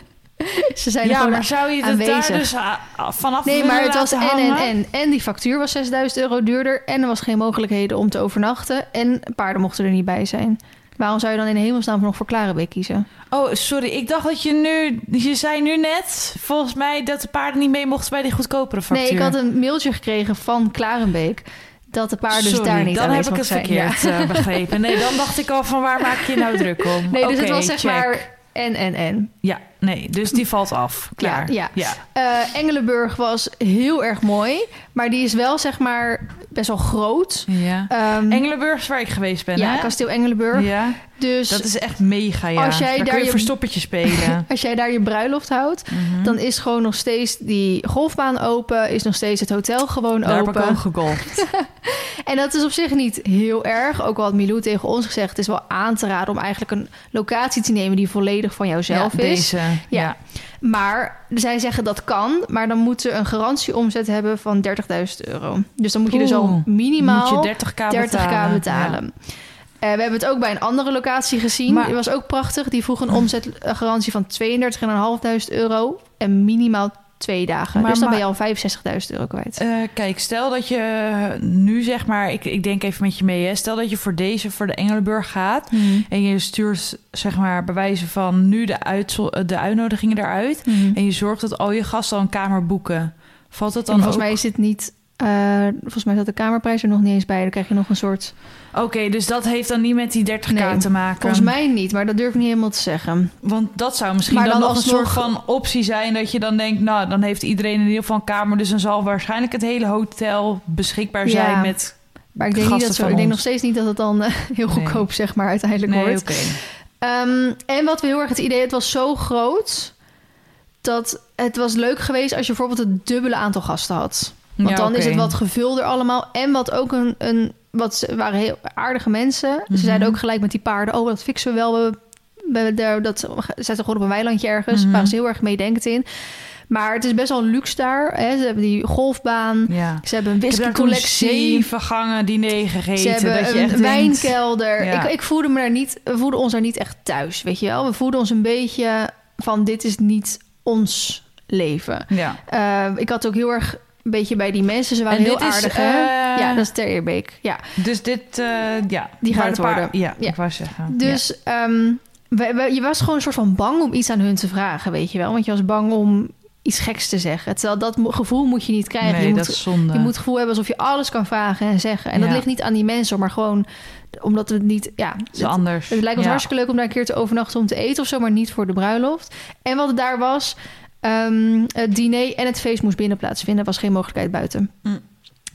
Ze zijn ja, maar zou je het daar dus vanaf Nee, maar het was en, hangen? en, en. En die factuur was zesduizend euro duurder. En er was geen mogelijkheden om te overnachten. En paarden mochten er niet bij zijn. Waarom zou je dan in de hemelsnaam nog voor Klarenbeek kiezen? Oh, sorry. Ik dacht dat je nu... Je zei nu net, volgens mij, dat de paarden niet mee mochten bij die goedkopere factuur. Nee, ik had een mailtje gekregen van Klarenbeek... dat de paarden sorry, dus daar niet dan heb ik het zijn. verkeerd ja. uh, begrepen. Nee, dan dacht ik al van waar maak je nou druk om? Nee, dus okay, het was zeg check. maar en, en, en. Ja, nee, dus die valt af. Klaar. Ja, ja. ja. Uh, Engelenburg was heel erg mooi. Maar die is wel zeg maar best wel groot. Ja. Um, Engelenburg is waar ik geweest ben, ja, hè? Kasteel Engelenburg. Ja. Dus dat is echt mega, ja. Als jij daar, daar kun je je verstoppertje spelen. Als jij daar je bruiloft houdt... Mm-hmm. dan is gewoon nog steeds die golfbaan open. Is nog steeds het hotel gewoon daar open. Daar heb ik ook gegolfd. En dat is op zich niet heel erg. Ook al had Milou tegen ons gezegd... het is wel aan te raden om eigenlijk een locatie te nemen... die volledig van jouzelf ja, is. Deze, ja. ja. Maar zij zeggen dat kan... maar dan moeten ze een garantieomzet hebben van dertigduizend euro. Dus dan moet je Oeh, dus al minimaal moet je dertig k betalen. dertig k betalen. Ja. Uh, we hebben het ook bij een andere locatie gezien. Maar, het was ook prachtig. Die vroeg een omzetgarantie van tweeëndertig vijfhonderd euro... en minimaal twee dagen. Maar, dus dan maar, ben je al vijfenzestigduizend euro kwijt. Uh, kijk, stel dat je nu zeg maar... Ik, ik denk even met je mee. Hè. Stel dat je voor deze, voor de Engelenburg gaat... Mm. en je stuurt zeg maar bewijzen van nu de, uitzo- de uitnodigingen eruit... Mm. en je zorgt dat al je gasten al een kamer boeken. Valt dat dan volgens ook? mij is het niet... Uh, volgens mij zat de kamerprijs er nog niet eens bij. Dan krijg je nog een soort... Oké, okay, dus dat heeft dan niet met die dertig k nee, te maken? Volgens mij niet, maar dat durf ik niet helemaal te zeggen. Want dat zou misschien maar dan, dan nog een soort van optie zijn... dat je dan denkt, nou, dan heeft iedereen in ieder geval een kamer... dus dan zal waarschijnlijk het hele hotel beschikbaar zijn ja, met maar ik denk niet dat zo. Ik denk nog steeds niet dat het dan uh, heel nee. goedkoop zeg maar uiteindelijk nee, wordt. Okay. Um, en wat we heel erg het idee... het was zo groot... dat het was leuk geweest als je bijvoorbeeld het dubbele aantal gasten had... Want ja, dan okay. is het wat gevulder allemaal. En wat ook een... een wat ze waren heel aardige mensen. Mm-hmm. Ze zeiden ook gelijk met die paarden... oh, dat fixen we wel. We, we, we, dat zetten gewoon op een weilandje ergens. Mm-hmm. Waren ze heel erg meedenkend in. Maar het is best wel luxe daar. Hè. Ze hebben die golfbaan. Ja. Ze hebben een whiskycollectie. Zeven gangen diner gegeten. Ze hebben dat je een echt wijnkelder. Ja. Ik, ik voelde me daar niet... We voelden ons daar niet echt thuis, weet je wel. We voelden ons een beetje van... dit is niet ons leven. Ja. Uh, ik had ook heel erg... een beetje bij die mensen. Ze waren en heel dit aardig, is, hè? Uh, ja, dat is Ter Eerbeek. Ja. Dus dit, uh, ja. Die gaat het worden. Ja, ja, ik wou zeggen. Dus ja. um, we, we, je was gewoon een soort van bang om iets aan hun te vragen, weet je wel. Want je was bang om iets geks te zeggen. Terwijl dat gevoel moet je niet krijgen. Nee, je, dat moet, is zonde. je moet het gevoel hebben alsof je alles kan vragen en zeggen. En ja. dat ligt niet aan die mensen, maar gewoon... omdat het niet... Ja, het is anders. Het lijkt ons ja. hartstikke leuk om daar een keer te overnachten... om te eten of zo, maar niet voor de bruiloft. En wat het daar was... Um, het diner en het feest moest binnen plaatsvinden. Er was geen mogelijkheid buiten. Mm.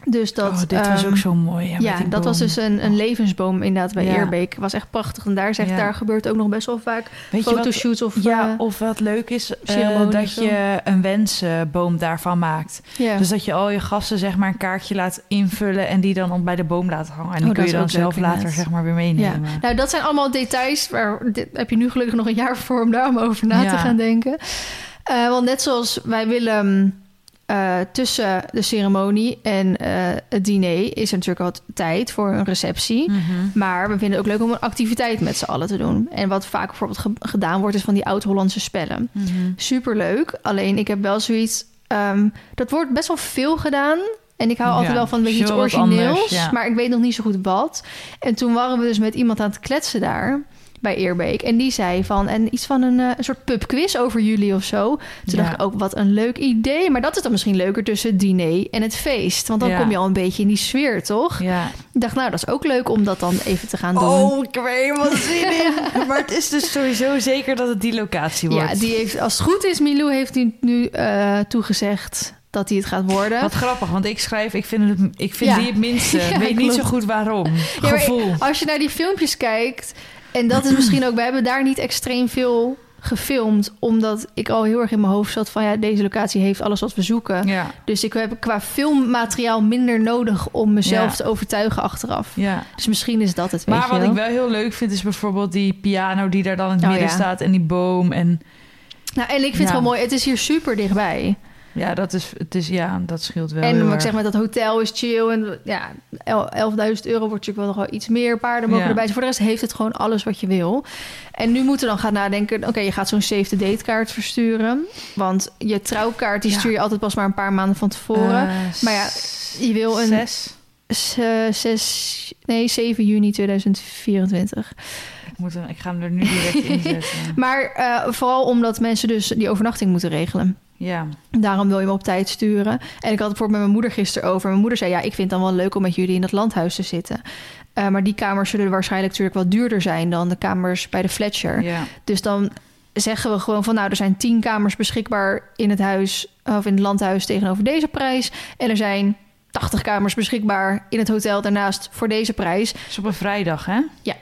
Dus dat, oh, dit was um, ook zo mooi. Ja, ja dat boom. was dus een, een levensboom inderdaad bij Ja. Eerbeek. Was echt prachtig. En daar zegt, Ja. daar gebeurt ook nog best wel vaak Weet je wat- fotoshoots of... Ja, uh, of wat leuk is, uh, ceremonie dat of zo. je een wensboom daarvan maakt. ja. Dus dat je al je gasten zeg maar een kaartje laat invullen en die dan op bij de boom laat hangen. En die Oh, kun dat je is dan ook leuk, zelf later inderdaad. zeg maar weer ja. meenemen. Nou, dat zijn allemaal details. Waar dit, heb je nu gelukkig nog een jaar voor om daar maar over na Ja. te gaan denken. Uh, want net zoals wij willen... Uh, tussen de ceremonie en uh, het diner is er natuurlijk wat tijd voor een receptie. Mm-hmm. Maar we vinden het ook leuk om een activiteit met z'n allen te doen. En wat vaak bijvoorbeeld ge- gedaan wordt, is van die oud-Hollandse spellen. Mm-hmm. Superleuk. Alleen ik heb wel zoiets... Um, dat wordt best wel veel gedaan. En ik hou altijd Ja, wel van een beetje iets veel wat origineels. anders, ja. Maar ik weet nog niet zo goed wat. En toen waren we dus met iemand aan het kletsen daar... bij Eerbeek. En die zei van... en iets van een, uh, een soort pubquiz over jullie of zo. Toen Ja. dacht ik ook, wat een leuk idee. Maar dat is dan misschien leuker tussen het diner en het feest. Want dan Ja. kom je al een beetje in die sfeer, toch? Ja. Ik dacht, nou, dat is ook leuk om dat dan even te gaan doen. Oh, ik heb er helemaal zin in. Maar het is dus sowieso zeker dat het die locatie wordt. Ja, die heeft, als het goed is, Milou heeft nu, nu uh, toegezegd dat hij het gaat worden. Wat grappig, want ik schrijf, ik vind, het, ik vind Ja. die het minste. Ja, Weet niet klopt. zo goed waarom. Ja, maar Gevoel. als je naar die filmpjes kijkt... en dat is misschien ook... we hebben daar niet extreem veel gefilmd... omdat ik al heel erg in mijn hoofd zat van... ja, deze locatie heeft alles wat we zoeken. Ja, Dus ik heb qua filmmateriaal minder nodig... om mezelf Ja. te overtuigen achteraf. ja. Dus misschien is dat het, weet Maar je wat wel. ik wel heel leuk vind, is bijvoorbeeld die piano die daar dan in het Oh, midden ja. staat en die boom. En Nou, en ik vind Ja. het wel mooi. Het is hier super dichtbij. ja, dat is, het is, ja, dat scheelt wel. En heel wat ik erg. zeg maar, dat hotel is chill. En ja, el- elfduizend euro wordt natuurlijk wel nog wel iets meer. Paarden mogen Ja. erbij zijn. Voor de rest heeft het gewoon alles wat je wil. En nu moeten we dan gaan nadenken... oké, je gaat zo'n save the date kaart versturen. Want je trouwkaart, die Ja. stuur je altijd pas maar een paar maanden van tevoren. Eh, maar ja, je wil een... Zes. S- uh, zes, nee, zeven juni tweeduizend vierentwintig. Ik, moet hem, ik ga hem er nu direct in zetten. Maar uh, vooral omdat mensen dus die overnachting moeten regelen. Ja, Daarom wil je hem op tijd sturen. En ik had het bijvoorbeeld met mijn moeder gisteren over. Mijn moeder zei, ja, ik vind het dan wel leuk om met jullie in het landhuis te zitten. Uh, maar die kamers zullen waarschijnlijk natuurlijk wat duurder zijn dan de kamers bij de Fletcher. ja. Dus dan zeggen we gewoon van, nou, er zijn tien kamers beschikbaar in het huis of in het landhuis tegenover deze prijs. En er zijn tachtig kamers beschikbaar in het hotel daarnaast voor deze prijs. Het is op een vrijdag, hè?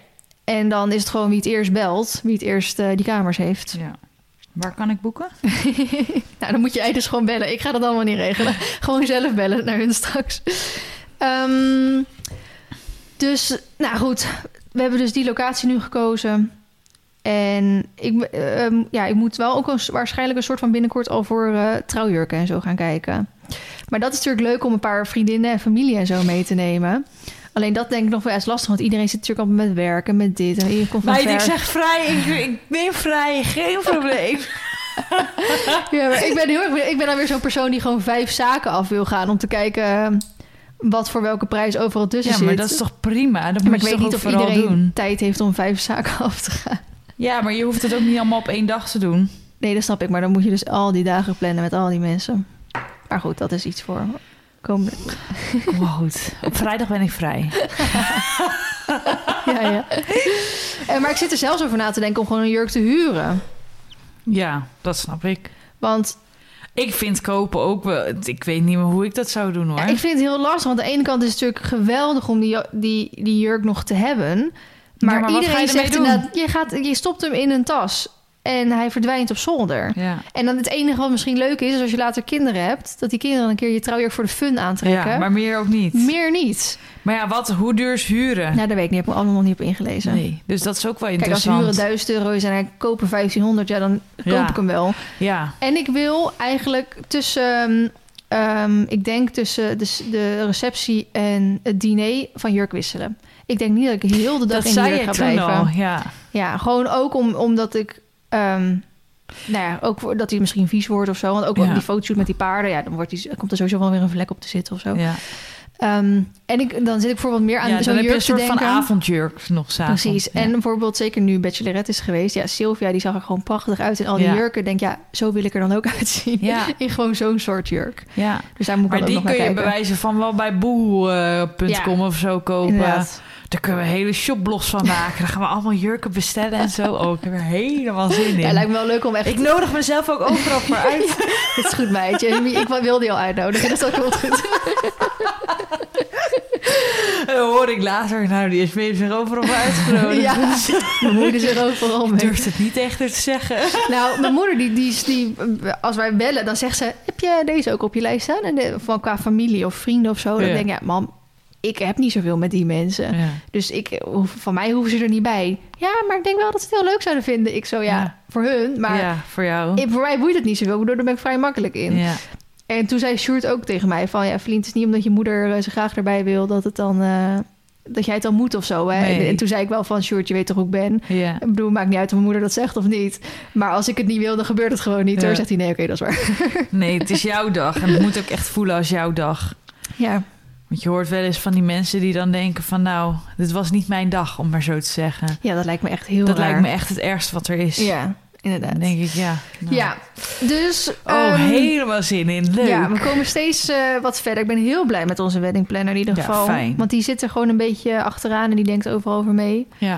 En dan is het gewoon wie het eerst belt, wie het eerst uh, die kamers heeft. Ja. Waar kan ik boeken? Nou, dan moet jij dus gewoon bellen. Ik ga dat allemaal niet regelen. Gewoon zelf bellen naar hun straks. Um, dus, nou goed. We hebben dus die locatie nu gekozen. En ik, um, ja, ik moet wel ook een, waarschijnlijk een soort van binnenkort al voor uh, trouwjurken en zo gaan kijken. Maar dat is natuurlijk leuk om een paar vriendinnen en familie en zo mee te nemen. Alleen dat denk ik nog wel eens lastig, want iedereen zit natuurlijk al met werk en met dit. En iedereen komt van Meid, ver. ik zeg vrij. Ik, ik ben vrij. Geen probleem. Ja, maar ik ben heel erg, ik ben dan weer zo'n persoon die gewoon vijf zaken af wil gaan om te kijken wat voor welke prijs overal tussen Ja, zit. maar dat is toch prima? Dat Maar moet ik je weet toch niet ook of vooral iedereen doen? tijd heeft om vijf zaken af te gaan. Ja, maar je hoeft het ook niet allemaal op één dag te doen. Nee, dat snap ik. Maar dan moet je dus al die dagen plannen met al die mensen. Maar goed, dat is iets voor komende... Kom maar goed. Op vrijdag ben ik vrij. ja, ja. Uh, maar ik zit er zelfs over na te denken om gewoon een jurk te huren. Ja, dat snap ik. Want Ik vind kopen ook wel... Ik weet niet meer hoe ik dat zou doen, hoor. ja, ik vind het heel lastig. Want aan de ene kant is het natuurlijk geweldig om die, die, die jurk nog te hebben. Maar, Ja, maar wat ga iedereen je ermee zegt doen? inderdaad, je, gaat, je stopt hem in een tas. En hij verdwijnt op zolder. Ja. En dan het enige wat misschien leuk is, is als je later kinderen hebt, dat die kinderen een keer je trouwjurk voor de fun aantrekken. ja, maar meer ook niet. Meer niet. Maar ja, wat, hoe duur is huren? Nou, dat weet ik niet. Ik heb me allemaal nog niet op ingelezen. Nee, dus dat is ook wel Kijk, als interessant. huren duizend euro is en hij kopen vijftienhonderd, ja, dan koop Ja. ik hem wel. Ja, En ik wil eigenlijk tussen, um, ik denk tussen de, de receptie en het diner van jurk wisselen. Ik denk niet dat ik heel de dag dat in de zei jurk je ga toen blijven. al. Ja. Ja, gewoon ook om, omdat ik... Um, nou ja, ook voor, dat hij misschien vies wordt of zo. Want ook Ja. op die fotoshoot met die paarden... ja, dan wordt die, komt er sowieso wel weer een vlek op te zitten of zo. Ja. Um, en ik, dan zit ik bijvoorbeeld meer aan Ja, zo'n dan heb je jurk een soort te van denken. avondjurk nog s'avonds. Precies. Ja. En bijvoorbeeld zeker nu Bachelorette is geweest. Ja, Sylvia, die zag er gewoon prachtig uit in al die Ja. jurken. Ik denk, ja, zo wil ik er dan ook uitzien. Ja. In gewoon zo'n soort jurk. Ja. Dus daar moet ik Maar dan ook die nog kun naar je kijken. bewijzen van wel bij bol punt com Ja. of zo kopen. Inderdaad. Daar kunnen we hele shopblogs van maken. Dan gaan we allemaal jurken bestellen en zo. Oh, ik heb er helemaal zin in. Ja, lijkt me wel leuk om echt... Ik nodig mezelf ook overal voor uit. Het is goed, meidje. Ik wilde je al uitnodigen, dat is ook wel goed. En dan hoor ik later, nou, die is weer zich overal uitgenodigd. Ja, mijn moeder zit overal mee. Durft het niet echt te zeggen. Nou, mijn moeder, die, die, die, als wij bellen, dan zegt ze... heb je deze ook op je lijst staan? En de, van qua familie of vrienden of zo. Dan Ja. denk ik, ja, mam, ik heb niet zoveel met die mensen. Ja. Dus ik, van mij hoeven ze er niet bij. Ja, maar ik denk wel dat ze het heel leuk zouden vinden. Ik zo, ja, Ja. voor hun. Maar ja, voor jou. ik, voor mij boeit het niet zoveel. Ik bedoel, daar ben ik vrij makkelijk in. Ja. En toen zei Sjoerd ook tegen mij van... ja, Feline, het is niet omdat je moeder uh, ze graag erbij wil... dat het dan... Uh, dat jij het dan moet of zo. Hè? Nee. En, en toen zei ik wel van... Sjoerd, je weet toch hoe ik ben? Ja. Ik bedoel, het maakt niet uit of mijn moeder dat zegt of niet. Maar als ik het niet wil, dan gebeurt het gewoon niet. Ja. Hoor, zegt hij, nee, oké, okay, dat is waar. Nee, het is jouw dag. En het moet ook echt voelen als jouw dag. Ja, Want je hoort wel eens van die mensen die dan denken van... nou, dit was niet mijn dag, om maar zo te zeggen. ja, dat lijkt me echt heel Dat raar. lijkt me echt het ergste wat er is. Ja, inderdaad. Dan denk ik, ja. Nou. Ja, dus... Oh, um, helemaal zin in. Leuk. Ja, we komen steeds uh, wat verder. Ik ben heel blij met onze weddingplanner in ieder Ja, geval. fijn. Want die zit er gewoon een beetje achteraan en die denkt overal over mee. Ja,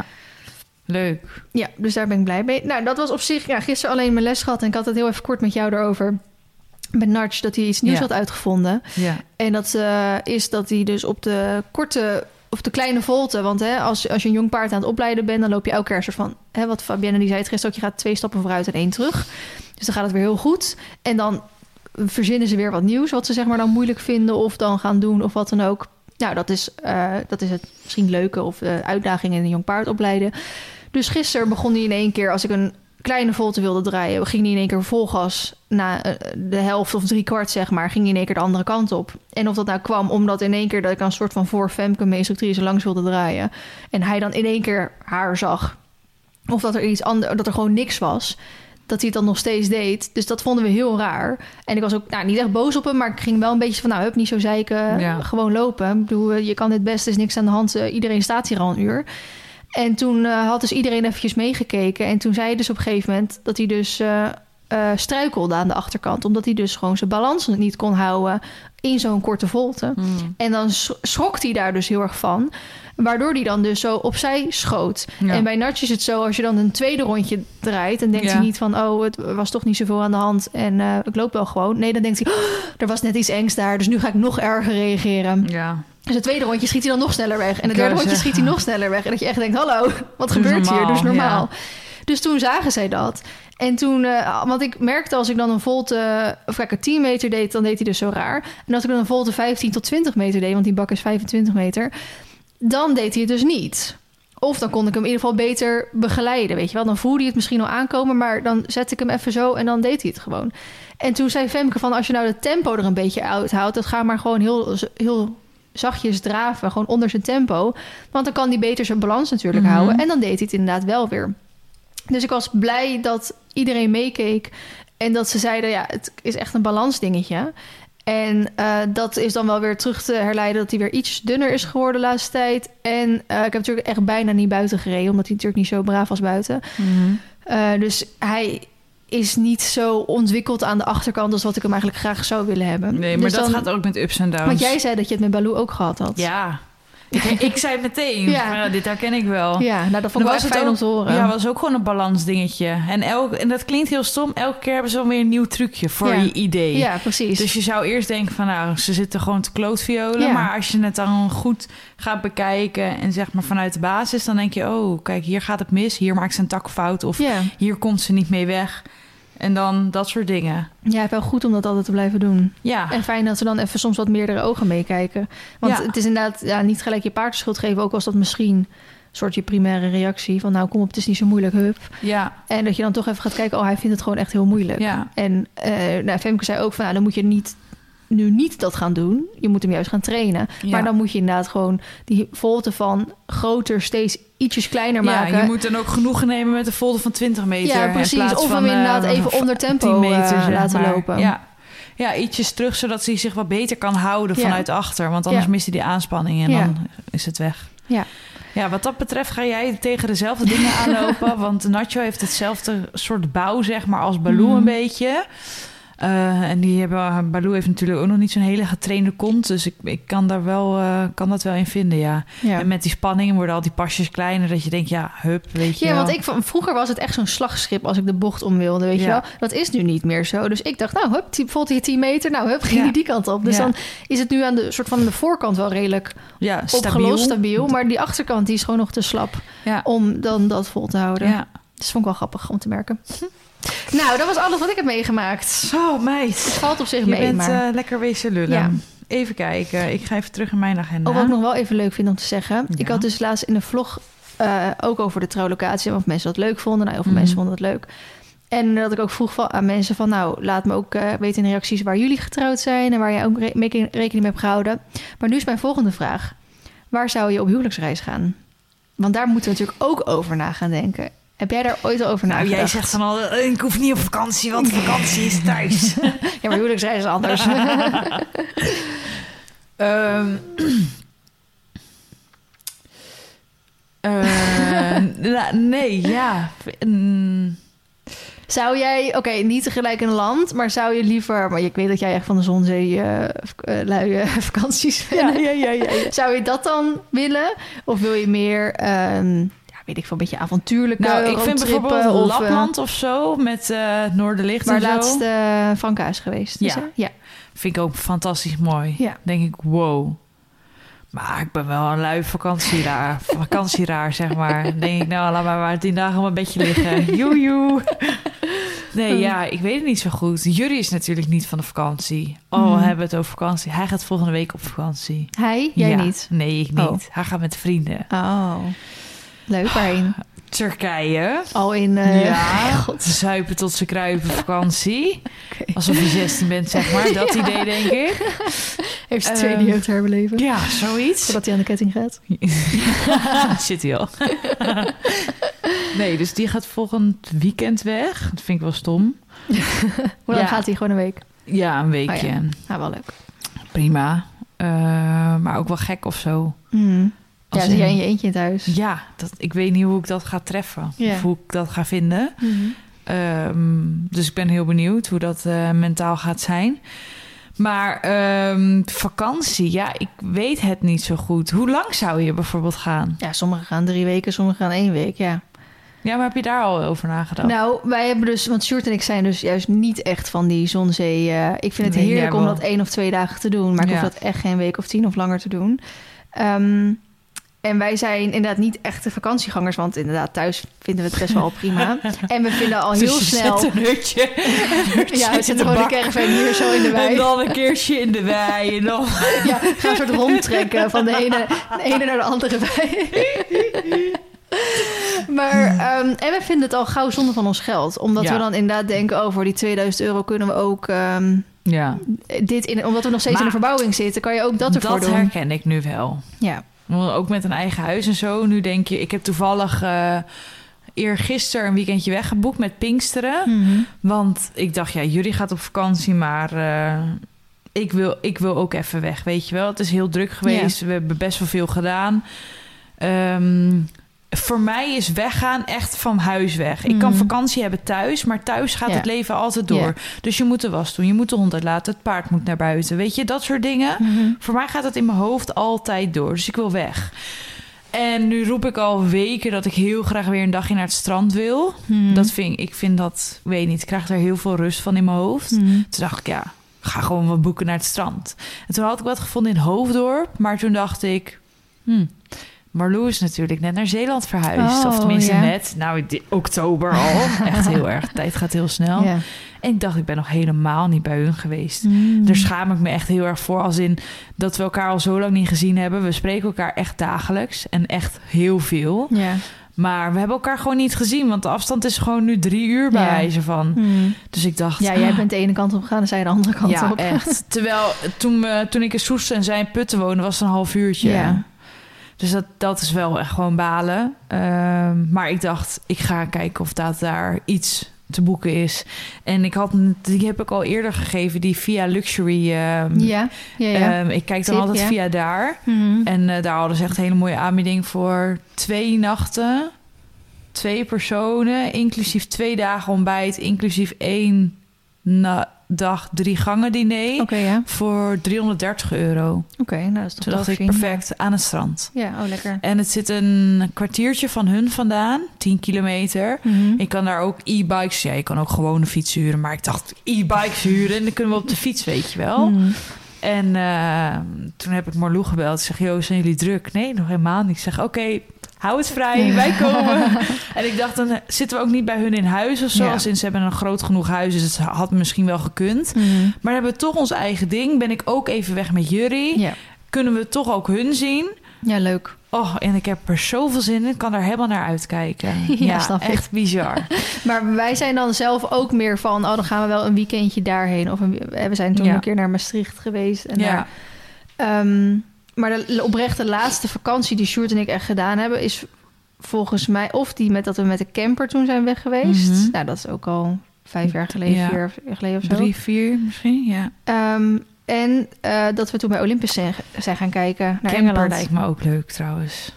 leuk. Ja, dus daar ben ik blij mee. Nou, dat was op zich... Ja, gisteren alleen mijn les gehad en ik had het heel even kort met jou erover. Met Nartje, dat hij iets nieuws Ja. had uitgevonden. Ja, En dat uh, is dat hij dus op de korte... of de kleine volte, want hè, als, als je een jong paard aan het opleiden bent... dan loop je elke keer een soort van... Hè, wat Fabienne die zei het gisteren ook... je gaat twee stappen vooruit en één terug. Dus dan gaat het weer heel goed. En dan verzinnen ze weer wat nieuws... wat ze zeg maar dan moeilijk vinden of dan gaan doen of wat dan ook. Nou, dat is, uh, dat is het misschien leuke of de uitdaging in een jong paard opleiden. Dus gisteren begon hij in één keer... als ik een kleine volte wilde draaien... ging hij in één keer vol gas... na uh, de helft of drie kwart, zeg maar... ging hij in één keer de andere kant op. En of dat nou kwam omdat in één keer... dat ik een soort van voor Femke, mijn instructrice, langs wilde draaien... en hij dan in één keer haar zag... of dat er iets anders... dat er gewoon niks was... dat hij het dan nog steeds deed. Dus dat vonden we heel raar. En ik was ook nou, niet echt boos op hem... maar ik ging wel een beetje van... nou, hup, niet zo zeiken, Ja. gewoon lopen. Ik bedoel, je kan dit best, er is niks aan de hand. Uh, iedereen staat hier al een uur... En toen uh, had dus iedereen eventjes meegekeken. En toen zei hij dus op een gegeven moment... dat hij dus uh, uh, struikelde aan de achterkant. Omdat hij dus gewoon zijn balans niet kon houden... in zo'n korte volte. Mm. En dan schrok hij daar dus heel erg van. Waardoor hij dan dus zo opzij schoot. Ja. En bij Nartje is het zo... als je dan een tweede rondje draait... dan denkt Ja. hij niet van... oh, het was toch niet zoveel aan de hand... en uh, ik loop wel gewoon. Nee, dan denkt hij... Oh, er was net iets engs daar... dus nu ga ik nog erger reageren. Ja. Dus het tweede rondje schiet hij dan nog sneller weg. En het Ik derde wou rondje zeggen. schiet hij nog sneller weg. En dat je echt denkt, hallo, wat Doe gebeurt normaal, hier? Dus normaal. ja. Dus toen zagen zij dat. En toen, uh, want ik merkte als ik dan een volte... of kijk, een tien meter deed, dan deed hij dus zo raar. En als ik dan een volte vijftien tot twintig meter deed... want die bak is vijfentwintig meter... dan deed hij het dus niet. Of dan kon ik hem in ieder geval beter begeleiden, weet je wel. Dan voelde hij het misschien al aankomen... maar dan zette ik hem even zo en dan deed hij het gewoon. En toen zei Femke van... als je nou het tempo er een beetje uithoudt... dat ga maar gewoon heel... heel zachtjes draven, gewoon onder zijn tempo. Want dan kan hij beter zijn balans natuurlijk Mm-hmm. houden. En dan deed hij het inderdaad wel weer. Dus ik was blij dat iedereen meekeek. En dat ze zeiden, ja, het is echt een balansdingetje. En uh, dat is dan wel weer terug te herleiden... dat hij weer iets dunner is geworden de laatste tijd. En uh, ik heb natuurlijk echt bijna niet buiten gereden... omdat hij natuurlijk niet zo braaf was buiten. Mm-hmm. Uh, dus hij is niet zo ontwikkeld aan de achterkant... als wat ik hem eigenlijk graag zou willen hebben. Nee, maar dus dat dan, gaat ook met ups en downs. Want jij zei dat je het met Baloo ook gehad had. Ja. Ik, ik zei het meteen. Ja. Ja. dit herken ik wel. Ja, nou dat vond ik wel Dan echt fijn het om te horen. Ja, was ook gewoon een balansdingetje. En, elk, en dat klinkt heel stom. Elke keer hebben ze wel weer een nieuw trucje voor Ja. je idee. Ja, precies. Dus je zou eerst denken van nou, ze zitten gewoon te klootviolen. Ja. Maar als je het dan goed gaat bekijken en zeg maar vanuit de basis... dan denk je, oh, kijk, hier gaat het mis. Hier maakt ze een tak fout of ja. hier komt ze niet mee weg. En dan dat soort dingen. Ja, wel goed om dat altijd te blijven doen. Ja, En fijn dat ze dan even soms wat meerdere ogen meekijken. Want Ja. het is inderdaad ja, niet gelijk je paard de schuld geven... ook als dat misschien een soort je primaire reactie... van nou, kom op, het is niet zo moeilijk, hup. ja, En dat je dan toch even gaat kijken... oh, hij vindt het gewoon echt heel moeilijk. ja. En uh, nou, Femke zei ook van... nou, dan moet je niet, nu niet dat gaan doen. Je moet hem juist gaan trainen. Ja. Maar dan moet je inderdaad gewoon die volte van groter steeds ietsjes kleiner maken. Ja, je moet dan ook genoegen nemen met een folder van twintig meter. Ja, in precies. plaats Of van, hem inderdaad uh, even onder tempo tien meter, uh, zeg laten maar. lopen. Ja. ja, ietsjes terug, zodat hij zich wat beter kan houden Ja. vanuit achter. Want anders Ja. mist hij die aanspanning en Ja. dan is het weg. Ja. Ja, wat dat betreft ga jij tegen dezelfde dingen aanlopen. Want Nacho heeft hetzelfde soort bouw, zeg maar, als Baloo Mm. een beetje. Uh, en die hebben, Baloo heeft natuurlijk ook nog niet zo'n hele getrainde kont. Dus ik, ik kan daar wel, uh, kan dat wel in vinden, ja. Ja. En met die spanning worden al die pasjes kleiner. Dat je denkt, ja, hup, weet je Ja, wel. want ik, van- vroeger was het echt zo'n slagschip als ik de bocht om wilde, weet je Ja. wel. Dat is nu niet meer zo. Dus ik dacht, nou, hup, die, bijvoorbeeld die tien meter, nou, hup, ging Ja. die die kant op. Dus Ja. dan is het nu aan de soort van de voorkant wel redelijk ja, opgelost, stabiel. Maar die achterkant, die is gewoon nog te slap Ja. om dan dat vol te houden. Ja. Dat vond ik wel grappig om te merken. Nou, dat was alles wat ik heb meegemaakt. Zo, meid. Het valt op zich Je mee, bent maar... uh, lekker wezen lullen. Ja. Even kijken. Ik ga even terug in mijn agenda. Oh, wat ik nog wel even leuk vind om te zeggen. Ja. Ik had dus laatst in de vlog uh, ook over de trouwlocatie. Of mensen dat leuk vonden. Nou, heel veel Mhm. mensen vonden het leuk. En dat ik ook vroeg van, aan mensen van... nou, laat me ook uh, weten in de reacties waar jullie getrouwd zijn... en waar jij ook re- mee rekening mee hebt gehouden. Maar nu is mijn volgende vraag. Waar zou je op huwelijksreis gaan? Want daar moeten we natuurlijk ook over na gaan denken. Heb jij daar ooit al over Nou, nagedacht? jij zegt dan al, uh, ik hoef niet op vakantie, want vakantie is thuis. Ja, maar huwelijksreis is anders. um, uh, na- nee, ja. Mm, Zou jij, oké, okay, niet tegelijk een land, maar zou je liever... Maar ik weet dat jij echt van de zonzee uh, uh, luie vakanties ja, bent. ja, ja, ja, ja. Zou je dat dan willen? Of wil je meer, um, ja, weet ik veel, een beetje avontuurlijke Nou, ik vind bijvoorbeeld of, Lapland of zo, met uh, het Noorderlicht waar en zo. laatst uh, Franka is geweest. Ja. Is ja. Vind ik ook fantastisch mooi. Ja. Denk ik, wow. Maar ik ben wel een lui vakantieraar, vakantieraar zeg maar. Dan denk ik, nou, laat maar maar tien dagen op mijn bedje liggen. Joejoe. Nee, ja, ik weet het niet zo goed. Jury is natuurlijk niet van de vakantie. Oh, Mm. we hebben het over vakantie. Hij gaat volgende week op vakantie. Hij? Jij Ja. niet? Nee, ik niet. Oh. Hij gaat met vrienden. Oh, leuk. Waarheen? Turkije. Al in... Uh, Ja, God. zuipen tot ze kruipen vakantie. Okay. Alsof je zestien bent, zeg maar. Dat Ja. idee, denk ik. Heeft zijn Um, tweede jeugd herbeleven. Ja, zoiets. Voordat hij aan de ketting gaat. Zit hij al. Nee, dus die gaat volgend weekend weg. Dat vind ik wel stom. Hoe lang Ja. gaat hij? Gewoon een week? Ja, een weekje. Oh ja. Nou, wel leuk. Prima. Uh, maar ook wel gek of zo. Mm. Ja, Als zit jij in- in je eentje in het huis? Ja, dat, ik weet niet hoe ik dat ga treffen. Ja. Of hoe ik dat ga vinden. Mm. Um, dus ik ben heel benieuwd hoe dat uh, mentaal gaat zijn. Maar um, vakantie, ja, ik weet het niet zo goed. Hoe lang zou je bijvoorbeeld gaan? Ja, sommigen gaan drie weken, sommigen gaan één week, ja. Ja, maar heb je daar al over nagedacht? Nou, wij hebben dus... Want Sjoerd en ik zijn dus juist niet echt van die zonzee. Uh, ik vind het Nee, heerlijk jij om wel. dat één of twee dagen te doen. Maar ik Ja. hoef dat echt geen week of tien of langer te doen. Um, en wij zijn inderdaad niet echte vakantiegangers. Want inderdaad, thuis vinden we het best wel prima. En we vinden al heel Dus je snel... zet een hutje, een hutje Ja, we in zetten de gewoon bak. de caravan hier zo in de wei. En dan een keertje in de wei. En dan... Ja, gaan een soort rondtrekken van de ene, de ene naar de andere wei. Maar, um, en we vinden het al gauw zonde van ons geld. Omdat Ja. we dan inderdaad denken... oh, voor die tweeduizend euro kunnen we ook... Um, Ja, dit in, omdat we nog steeds Maar in de verbouwing zitten... kan je ook dat ervoor dat doen. herken ik nu wel. Ja. Ook met een eigen huis en zo. Nu denk je, ik heb toevallig uh, eergisteren een weekendje weggeboekt met Pinksteren. Mm-hmm. Want ik dacht, ja, jullie gaat op vakantie, maar uh, ik, wil, ik wil ook even weg, weet je wel. Het is heel druk geweest. Ja. We hebben best wel veel gedaan. Um, voor mij is weggaan echt van huis weg. Ik kan Mhm. vakantie hebben thuis, maar thuis gaat Ja. het leven altijd door. Ja. Dus je moet de was doen, je moet de hond uitlaten, het paard moet naar buiten. Weet je, dat soort dingen. Mm-hmm. Voor mij gaat het in mijn hoofd altijd door. Dus ik wil weg. En nu roep ik al weken dat ik heel graag weer een dagje naar het strand wil. Mm-hmm. Dat vind ik, vind dat, weet niet, ik krijg daar heel veel rust van in mijn hoofd. Mm-hmm. Toen dacht ik, ja, ga gewoon wat boeken naar het strand. En toen had ik wat gevonden in Hoofddorp. Maar toen dacht ik, hmm, Marlou is natuurlijk net naar Zeeland verhuisd. Oh, of tenminste ja. net, nou, di- oktober al. Echt heel erg, de tijd gaat heel snel. Ja. En ik dacht, ik ben nog helemaal niet bij hun geweest. Mm. Daar schaam ik me echt heel erg voor. Als in dat we elkaar al zo lang niet gezien hebben. We spreken elkaar echt dagelijks. En echt heel veel. Ja. Maar we hebben elkaar gewoon niet gezien. Want de afstand is gewoon nu drie uur bij Ja. wijze van. Mm. Dus ik dacht... Ja, jij bent de ene kant op gegaan en zij de andere kant ja, op. echt. Terwijl toen, we, toen ik in Soest en zij in Putten woonde... was het een half uurtje. Ja. Dus dat, dat is wel echt gewoon balen. Um, maar ik dacht, ik ga kijken of dat daar iets te boeken is. En ik had, die heb ik al eerder gegeven, die via Luxury. Um, Ja, ja, ja. Um, ik kijk dan Tip, altijd ja. via daar. Mm-hmm. En uh, daar hadden ze echt een hele mooie aanbieding voor twee nachten. Twee personen, inclusief twee dagen ontbijt, inclusief één, na, dag drie gangen diner Oké, okay, ja. voor driehonderddertig euro. Oké, okay, nou dat is toch Toen dacht ik, zien. perfect, aan het strand. Ja, oh lekker. En het zit een kwartiertje van hun vandaan, tien kilometer. Mm-hmm. Ik kan daar ook e-bikes... Ja, je kan ook gewoon een fiets huren. Maar ik dacht, e-bikes huren en dan kunnen we op de fiets, weet je wel. Mm. En uh, toen heb ik Marlou gebeld. Ik zeg, joh, zijn jullie druk? Nee, nog helemaal niet. Ik zeg, oké, okay, hou het vrij, wij komen. En ik dacht, dan zitten we ook niet bij hun in huis of zo. Ja. Sinds ze hebben een groot genoeg huis, dus het had misschien wel gekund. Mm. Maar dan hebben we toch ons eigen ding. Ben ik ook even weg met jullie. Ja. Kunnen we toch ook hun zien? Ja, leuk. Oh, en ik heb er zoveel zin in. Ik kan er helemaal naar uitkijken. Ja, Ja, snap ik. echt bizar. Maar wij zijn dan zelf ook meer van... oh, dan gaan we wel een weekendje daarheen. Of een, we zijn toen Ja. een keer naar Maastricht geweest. En Ja. daar, um, maar de oprechte laatste vakantie die Sjoerd en ik echt gedaan hebben... is volgens mij of die met dat we met de camper toen zijn weg geweest. Mhm. Nou, dat is ook al vijf jaar geleden, Ja. vier jaar geleden of zo. Drie, vier misschien, ja. Um, en uh, dat we toen bij Olympus zijn, zijn gaan kijken naar Camper Engeland. lijkt me ook leuk trouwens.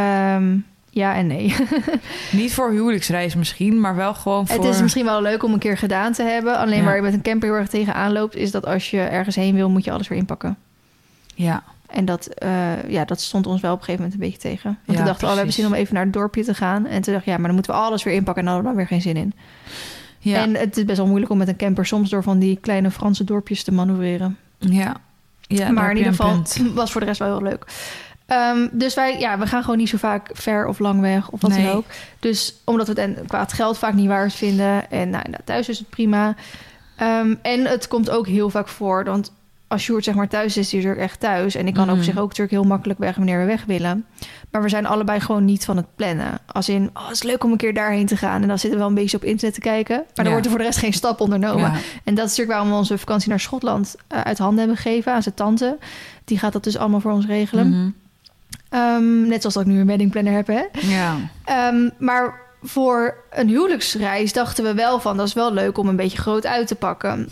Um, ja en nee. Niet voor huwelijksreis misschien, maar wel gewoon voor... Het is misschien wel leuk om een keer gedaan te hebben. Alleen Ja. waar je met een camper heel erg tegenaan loopt... is dat als je ergens heen wil, moet je alles weer inpakken. Ja. En dat, uh, ja, dat stond ons wel op een gegeven moment een beetje tegen. Want Ja, toen dachten we, oh, we hebben precies. zin om even naar het dorpje te gaan. En toen dacht ik, ja, maar dan moeten we alles weer inpakken... en dan hadden we dan weer geen zin in. Ja. En het is best wel moeilijk om met een camper... soms door van die kleine Franse dorpjes te manoeuvreren. Ja. Ja, daar maar heb in je ieder een geval punt. was voor de rest wel heel leuk. Um, dus wij, ja, we gaan gewoon niet zo vaak ver of lang weg of wat Nee. dan ook. Dus omdat we het en qua het geld vaak niet waard vinden. En nou, nou, thuis is het prima. Um, en het komt ook heel vaak voor. Want als Sjoerd zeg maar thuis is, is hij natuurlijk echt thuis. En ik kan Mhm. op zich ook natuurlijk heel makkelijk weg wanneer we weg willen. Maar we zijn allebei gewoon niet van het plannen. Als in, oh, het is leuk om een keer daarheen te gaan. En dan zitten we wel een beetje op internet te kijken. Maar dan Ja. wordt er voor de rest geen stap ondernomen. Ja. En dat is natuurlijk waarom we onze vakantie naar Schotland uh, uit handen hebben gegeven aan zijn tante. Die gaat dat dus allemaal voor ons regelen. Mhm. Um, net zoals dat ik nu een weddingplanner heb, hè? Ja. Um, maar voor een huwelijksreis dachten we wel van... dat is wel leuk om een beetje groot uit te pakken.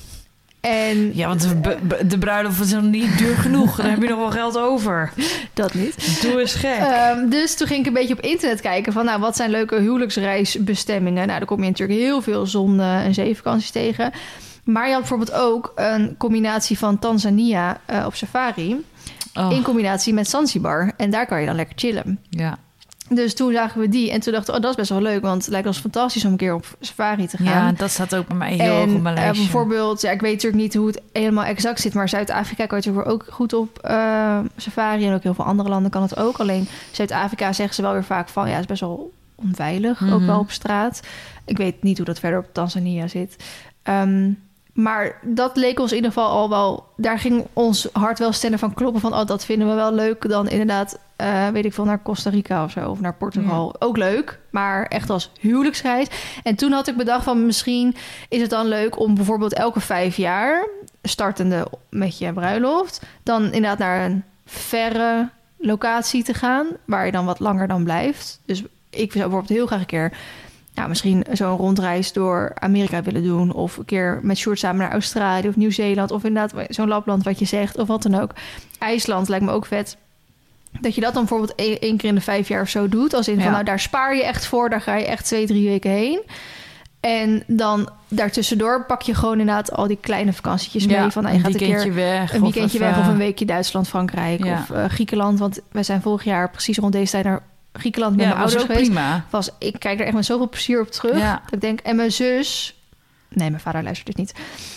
En Ja, want de, b- de bruiloft is nog niet duur genoeg. Dan heb je nog wel geld over. dat niet. Doe eens gek. Um, dus toen ging ik een beetje op internet kijken van... nou, wat zijn leuke huwelijksreisbestemmingen? Nou, daar kom je natuurlijk heel veel zon- en zeevakanties tegen. Maar je had bijvoorbeeld ook een combinatie van Tanzania uh, op safari... Oh, in combinatie met Zanzibar. En daar kan je dan lekker chillen. ja. Dus toen zagen we die en toen dachten we, oh, dat is best wel leuk, want het lijkt ons fantastisch om een keer op safari te gaan. ja, dat staat ook bij mij heel hoog op mijn En uh, lijstje. bijvoorbeeld, ja, ik weet natuurlijk niet hoe het helemaal exact zit, maar Zuid-Afrika kan je natuurlijk ook goed op uh, safari en ook heel veel andere landen kan het ook. Alleen Zuid-Afrika zeggen ze wel weer vaak van, ja, het is best wel onveilig, Mhm. ook wel op straat. Ik weet niet hoe dat verder op Tanzania zit. Um, Maar dat leek ons in ieder geval al wel... Daar ging ons hart wel sneller van kloppen van... oh, dat vinden we wel leuk dan inderdaad... Uh, weet ik veel, naar Costa Rica of zo. Of naar Portugal. Ja. Ook leuk, maar echt als huwelijksreis. En toen had ik bedacht van... misschien is het dan leuk om bijvoorbeeld elke vijf jaar... startende met je bruiloft... dan inderdaad naar een verre locatie te gaan... waar je dan wat langer dan blijft. Dus ik zou bijvoorbeeld heel graag een keer... Nou, misschien zo'n rondreis door Amerika willen doen... of een keer met Sjoerd samen naar Australië of Nieuw-Zeeland... of inderdaad zo'n Lapland wat je zegt, of wat dan ook. IJsland lijkt me ook vet. Dat je dat dan bijvoorbeeld één, één keer in de vijf jaar of zo doet. Als in van, Ja. nou, daar spaar je echt voor. Daar ga je echt twee, drie weken heen. En dan daartussendoor pak je gewoon inderdaad al die kleine vakantietjes mee. Ja, Van, nou, je een gaat een weekendje keer weg. een weekendje of weg even- of een weekje Duitsland, Frankrijk Ja. of uh, Griekenland. Want wij zijn vorig jaar precies rond deze tijd naar Griekenland met Ja, mijn was ouders ook geweest. prima. Was, ik kijk er echt met zoveel plezier op terug. Ja. Dat ik denk, en mijn zus... Nee, mijn vader luistert dus niet.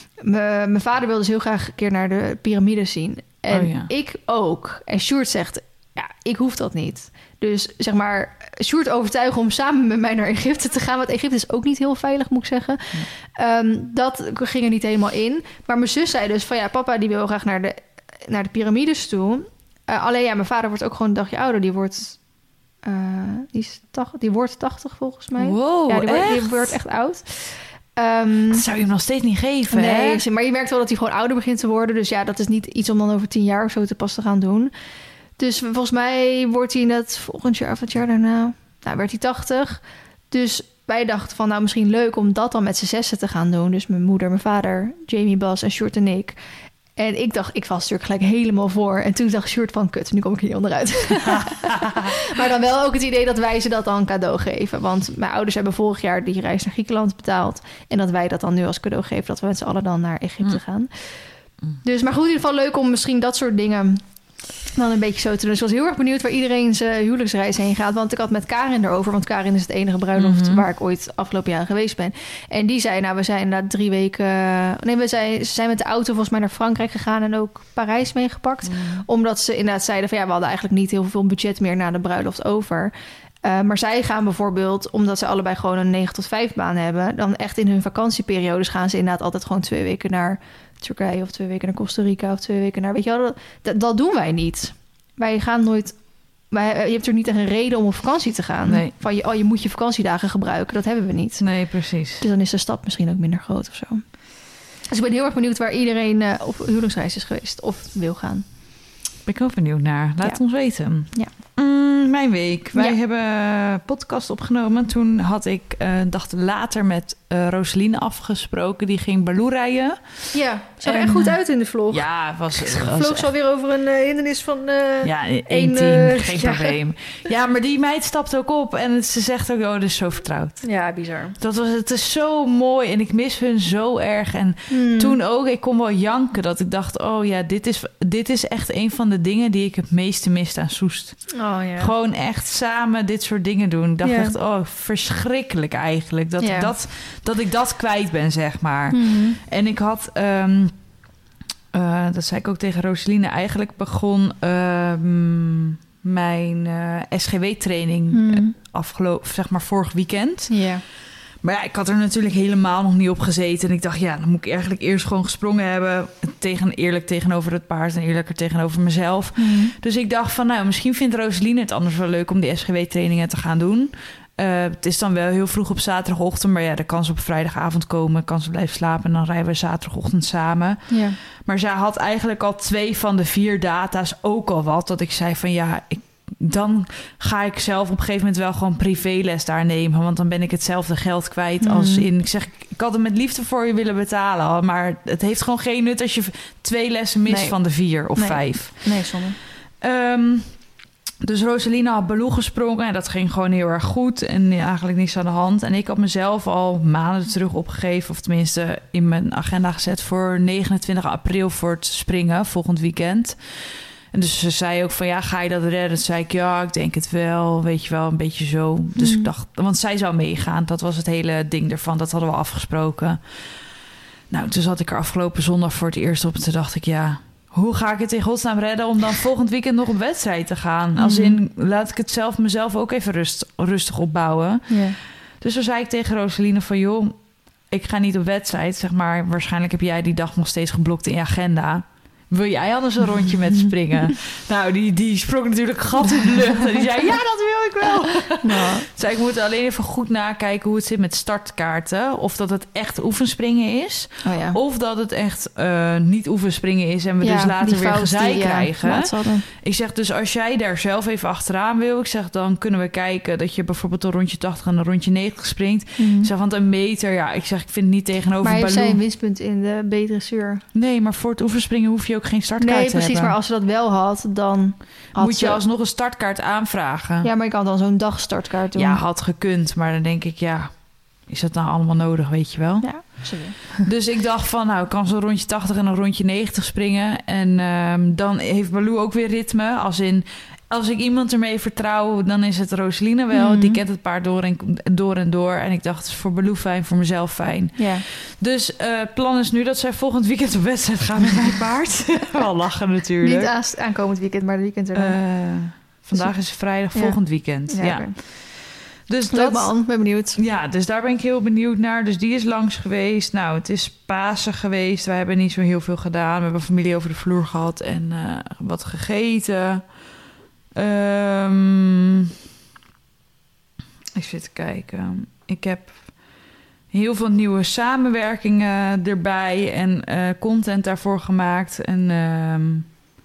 M- mijn vader wilde dus heel graag een keer naar de piramides zien. En Oh ja. ik ook. En Sjoerd zegt, ja, ik hoef dat niet. Dus zeg maar, Sjoerd overtuigen om samen met mij naar Egypte te gaan. Want Egypte is ook niet heel veilig, moet ik zeggen. Ja. Um, dat ging er niet helemaal in. Maar mijn zus zei dus van, ja, papa die wil graag naar de, naar de piramides toe. Uh, alleen ja, mijn vader wordt ook gewoon een dagje ouder. Die wordt... Uh, die, is tach, die wordt tachtig volgens mij. Wow, ja, die wordt, die echt? wordt echt oud. Um, Dat zou je hem nog steeds niet geven, hè? nee, maar je merkt wel dat hij gewoon ouder begint te worden. Dus ja, dat is niet iets om dan over tien jaar of zo te pas te gaan doen. Dus volgens mij wordt hij net volgend jaar of het jaar daarna... Nou, werd hij tachtig. Dus wij dachten van, nou, misschien leuk om dat dan met z'n zessen te gaan doen. Dus mijn moeder, mijn vader, Jamie, Bas en Sjoerd en ik. En ik dacht, ik was natuurlijk gelijk helemaal voor. En toen dacht Sjoerd van, kut, nu kom ik hier onderuit. Maar dan wel ook het idee dat wij ze dat dan cadeau geven. Want mijn ouders hebben vorig jaar die reis naar Griekenland betaald. En dat wij dat dan nu als cadeau geven. Dat we met z'n allen dan naar Egypte mm. gaan. Mm. Dus, maar goed, in ieder geval leuk om misschien dat soort dingen dan een beetje zo te doen. Dus ik was heel erg benieuwd waar iedereen zijn huwelijksreis heen gaat. Want ik had met Karin erover. Want Karin is het enige bruiloft mm-hmm. waar ik ooit afgelopen jaar geweest ben. En die zei, nou, we zijn inderdaad drie weken... Nee, we zijn, ze zijn met de auto volgens mij naar Frankrijk gegaan en ook Parijs meegepakt. Mm. Omdat ze inderdaad zeiden van ja, we hadden eigenlijk niet heel veel budget meer na de bruiloft over. Uh, maar zij gaan bijvoorbeeld, omdat ze allebei gewoon een negen tot vijf baan hebben, dan echt in hun vakantieperiodes gaan ze inderdaad altijd gewoon twee weken naar Turkije of twee weken naar Costa Rica of twee weken naar, weet je wel, dat, dat doen wij niet. Wij gaan nooit, wij, je hebt er niet echt een reden om op vakantie te gaan. Nee. Van je, oh, je moet je vakantiedagen gebruiken, dat hebben we niet. Nee, precies. Dus dan is de stap misschien ook minder groot of zo. Dus ik ben heel erg benieuwd waar iedereen uh, op huwelijksreis is geweest of wil gaan. Ben ik ook benieuwd naar. Laat ja. ons weten. Ja. Mm, mijn week. Wij ja. hebben podcast opgenomen. Toen had ik uh, een dag later met uh, Roseline afgesproken. Die ging Baloo rijden. Ja, zag er echt goed uit in de vlog. Ja, was... was vlog ze alweer over een uh, hindernis van... Uh, ja, één tien, uh, geen ja. probleem. Ja, maar die meid stapt ook op. En ze zegt ook, oh, dit is zo vertrouwd. Ja, bizar. Dat was, het is zo mooi. En ik mis hun zo erg. En hmm. toen ook, ik kon wel janken. Dat ik dacht, oh ja, dit is, dit is echt een van de dingen die ik het meeste miste aan Soest. Oh, ja. Gewoon echt samen dit soort dingen doen. Ik dacht ja. echt, oh, verschrikkelijk eigenlijk. Dat, ja. ik dat, dat ik dat kwijt ben, zeg maar. Mm-hmm. En ik had, um, uh, dat zei ik ook tegen Roseline, eigenlijk begon uh, mijn uh, S G W-training mm. afgelopen, zeg maar vorig weekend. Ja. Maar ja, ik had er natuurlijk helemaal nog niet op gezeten. En ik dacht, ja, dan moet ik eigenlijk eerst gewoon gesprongen hebben. Tegen, eerlijk tegenover het paard en eerlijker tegenover mezelf. Mm. Dus ik dacht van, nou, misschien vindt Roseline het anders wel leuk om die S G W-trainingen te gaan doen. Uh, het is dan wel heel vroeg op zaterdagochtend. Maar ja, dan kan ze op vrijdagavond komen. Kan ze blijven slapen en dan rijden we zaterdagochtend samen. Ja. Maar zij had eigenlijk al twee van de vier data's ook al wat. Dat ik zei van, ja, ik dan ga ik zelf op een gegeven moment wel gewoon privéles daar nemen. Want dan ben ik hetzelfde geld kwijt mm. als in... Ik zeg, ik had het met liefde voor je willen betalen. Maar het heeft gewoon geen nut als je twee lessen mist nee. van de vier of nee. vijf. Nee, zonde. Um, dus Roseline had Baloo gesprongen. En dat ging gewoon heel erg goed. En eigenlijk niks aan de hand. En ik had mezelf al maanden terug opgegeven. Of tenminste in mijn agenda gezet voor negenentwintig april voor het springen. Volgend weekend. En dus ze zei ook van, ja, ga je dat redden? Toen zei ik, ja, ik denk het wel, weet je wel, een beetje zo. Dus mm. ik dacht, want zij zou meegaan. Dat was het hele ding ervan, dat hadden we afgesproken. Nou, toen zat ik er afgelopen zondag voor het eerst op. En toen dacht ik, ja, hoe ga ik het in godsnaam redden om dan volgend weekend nog op wedstrijd te gaan? Mm. Als in, laat ik het zelf mezelf ook even rust, rustig opbouwen. Yeah. Dus toen zei ik tegen Roseline van, joh, ik ga niet op wedstrijd. Zeg maar, waarschijnlijk heb jij die dag nog steeds geblokt in je agenda. Wil jij anders een rondje met springen? Nou, die, die sprong natuurlijk gat in de lucht. En die zei, ja, dat wil ik wel. Nou, zei, ik moet alleen even goed nakijken hoe het zit met startkaarten. Of dat het echt oefenspringen is. Oh ja. Of dat het echt uh, niet oefenspringen is. En we ja, dus later weer gezeik die, krijgen. Ja, ik zeg, dus als jij daar zelf even achteraan wil. Ik zeg, dan kunnen we kijken dat je bijvoorbeeld een rondje tachtig en een rondje negentig springt. Mm. Ik zeg, want een meter, ja, ik zeg, ik vind het niet tegenover Maar heeft zij een winstpunt in de B-dressuur? Nee, maar voor het oefenspringen hoef je ook geen startkaart nee, te hebben. Nee, precies. Maar als ze dat wel had, dan had moet je ze... alsnog een startkaart aanvragen. Ja, maar je kan dan zo'n dagstartkaart doen. Ja, had gekund. Maar dan denk ik, ja, is dat nou allemaal nodig, weet je wel? Ja, sorry. Dus ik dacht van, nou, ik kan zo'n rondje tachtig en een rondje negentig springen. En um, dan heeft Baloo ook weer ritme. Als in, als ik iemand ermee vertrouw, dan is het Roseline wel. Mm-hmm. Die kent het paard door en, door en door. En ik dacht, het is voor Baloo fijn, voor mezelf fijn. Ja. Dus uh, het plan is nu dat zij volgend weekend op wedstrijd gaan met mijn paard. Wel lachen natuurlijk. Niet aan, aankomend weekend, maar de weekend erna. Uh, vandaag is vrijdag, ja. Volgend weekend. Ja. ja. Okay. Dus leuk dat, man, ben benieuwd. Ja, dus daar ben ik heel benieuwd naar. Dus die is langs geweest. Nou, het is Pasen geweest. Wij hebben niet zo heel veel gedaan. We hebben familie over de vloer gehad en uh, wat gegeten. Um, ik zit te kijken. Ik heb heel veel nieuwe samenwerkingen erbij en uh, content daarvoor gemaakt. En um,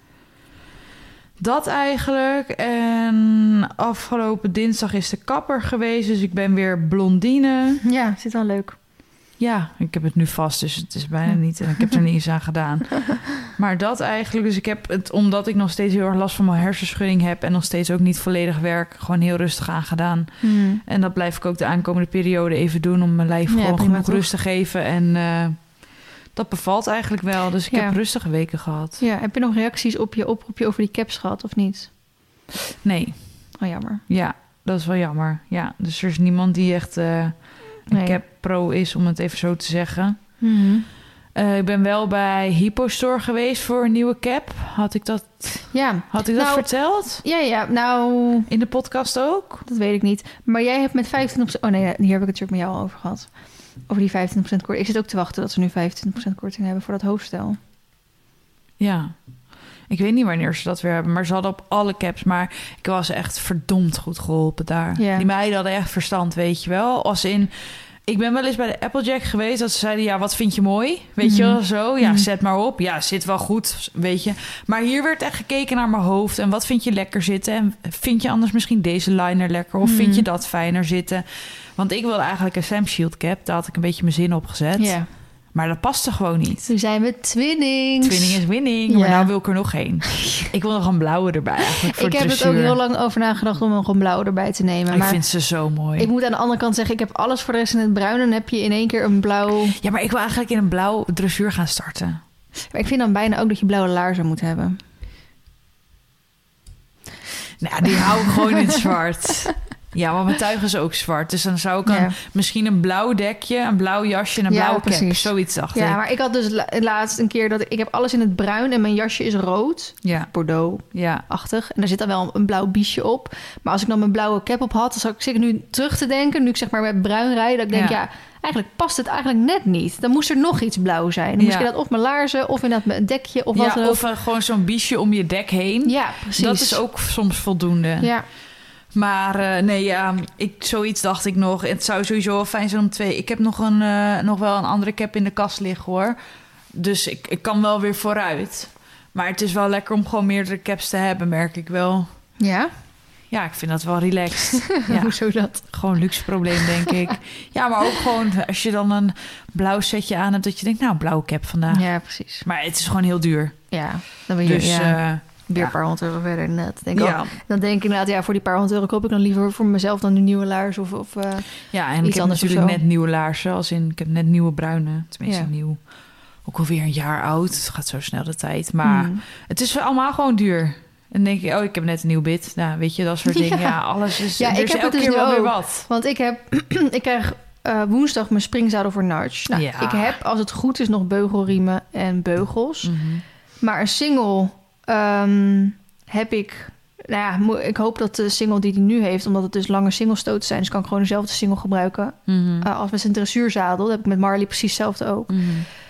dat eigenlijk. En afgelopen dinsdag is de kapper geweest, dus ik ben weer blondine. Ja, zit wel leuk. Ja, ik heb het nu vast, dus het is bijna niet. En ik heb er niet eens aan gedaan. Maar dat eigenlijk, dus ik heb het, omdat ik nog steeds heel erg last van mijn hersenschudding heb en nog steeds ook niet volledig werk, gewoon heel rustig aangedaan. Hmm. En dat blijf ik ook de aankomende periode even doen om mijn lijf Ja, gewoon prima, genoeg toch? rust te geven. En uh, dat bevalt eigenlijk wel. Dus ik Ja. heb rustige weken gehad. Ja, heb je nog reacties op je oproepje over die caps gehad of niet? Nee, Oh, jammer. ja, dat is wel jammer. Ja, dus er is niemand die echt uh, een Nee. cap pro is, om het even zo te zeggen. Hmm. Uh, ik ben wel bij Hypostore geweest voor een nieuwe cap. Had ik dat, Ja. had ik dat Nou, verteld? Ja, ja, nou, In de podcast ook? dat weet ik niet. Maar jij hebt met vijfentwintig procent... Oh nee, hier heb ik het natuurlijk met jou over gehad. Over die vijfentwintig procent korting. Ik zit ook te wachten dat ze nu vijfentwintig procent korting hebben voor dat hoofdstel. Ja. Ik weet niet wanneer ze dat weer hebben, maar ze hadden op alle caps. Maar ik was echt verdomd goed geholpen daar. Ja. Die meiden hadden echt verstand, weet je wel. Als in, ik ben wel eens bij de Applejack geweest, dat ze zeiden, ja, wat vind je mooi? Weet je wel, zo. Ja, Mhm. zet maar op. Ja, zit wel goed, weet je. Maar hier werd echt gekeken naar mijn hoofd. En wat vind je lekker zitten? En vind je anders misschien deze liner lekker? Of Mhm. vind je dat fijner zitten? Want ik wilde eigenlijk een Sam Shield cap. Daar had ik een beetje mijn zin op gezet. Ja. Maar dat paste gewoon niet. Toen zijn we twinnings. Twinning is winning, Ja. maar nou wil ik er nog één. Ik wil nog een blauwe erbij eigenlijk voor Ik heb het dressuur. ook heel lang over nagedacht om nog een blauw erbij te nemen. Ik maar vind ze zo mooi. ik moet aan de andere kant zeggen, ik heb alles voor de rest in het bruin. Dan heb je in één keer een blauw... Ja, maar ik wil eigenlijk in een blauw dressuur gaan starten. Maar ik vind dan bijna ook dat je blauwe laarzen moet hebben. Nou, die hou ik gewoon in het zwart. Ja, maar mijn tuig is ook zwart. Dus dan zou ik een, Ja. misschien een blauw dekje, een blauw jasje en een Ja, blauwe cap. precies. Zoiets dacht Ja, ik. maar ik had dus la- laatst een keer dat ik... Ik heb alles in het bruin en mijn jasje is rood. Ja, Bordeaux-achtig. ja. En daar zit dan wel een blauw biesje op. Maar als ik dan mijn blauwe cap op had... dan zou ik zeker nu terug te denken... nu ik zeg maar met bruin rijd... dat ik denk, Ja. ja, eigenlijk past het eigenlijk net niet. Dan moest er nog iets blauw zijn. Dan moest Ja. ik dat of mijn laarzen... of inderdaad mijn dekje of wat Ja, dan ook. of uh, gewoon zo'n biesje om je dek heen. Ja, precies. Dat is ook soms voldoende. Ja, Maar uh, nee, ja, ik, zoiets dacht ik nog. Het zou sowieso wel fijn zijn om twee... Ik heb nog, een, uh, nog wel een andere cap in de kast liggen, hoor. Dus ik, ik kan wel weer vooruit. Maar het is wel lekker om gewoon meerdere caps te hebben, merk ik wel. ja? Ja, ik vind dat wel relaxed. Ja, Hoezo dat? gewoon een luxe probleem, denk ik. Ja, maar ook gewoon als je dan een blauw setje aan hebt... dat je denkt, nou, een blauwe cap vandaag. Ja, precies. Maar het is gewoon heel duur. Ja, dan ben je Dus ja, uh, weer ja. een paar honderd euro verder net. Denk ik ja. ook. Dan denk ik inderdaad, ja, voor die paar honderd euro koop ik dan liever voor mezelf dan een nieuwe laars of... of uh, Ja, en Iets ik heb anders of natuurlijk zo. net nieuwe laarzen. Als in, ik heb net nieuwe bruine. Tenminste, Ja. nieuw. Ook alweer een jaar oud. Het gaat zo snel de tijd. Maar hmm. het is allemaal gewoon duur. En dan denk je, oh, ik heb net een nieuw bid. Nou, weet je, dat soort dingen. Ja. Ja, alles is... Ja, er ik is heb het elke dus keer nu wel weer ook. wat. Want ik heb, ik krijg uh, woensdag mijn springzadel voor Nudge. Nou, Ja. ik heb, als het goed is, nog beugelriemen en beugels. Mhm. Maar een single um, heb ik... Nou ja, mo- ik hoop dat de single die hij nu heeft... omdat het dus lange singlestoten zijn... dus kan ik gewoon dezelfde single gebruiken... Mhm. Uh, als met zijn dressuurzadel. Dat heb ik met Marley precies hetzelfde ook. Mhm.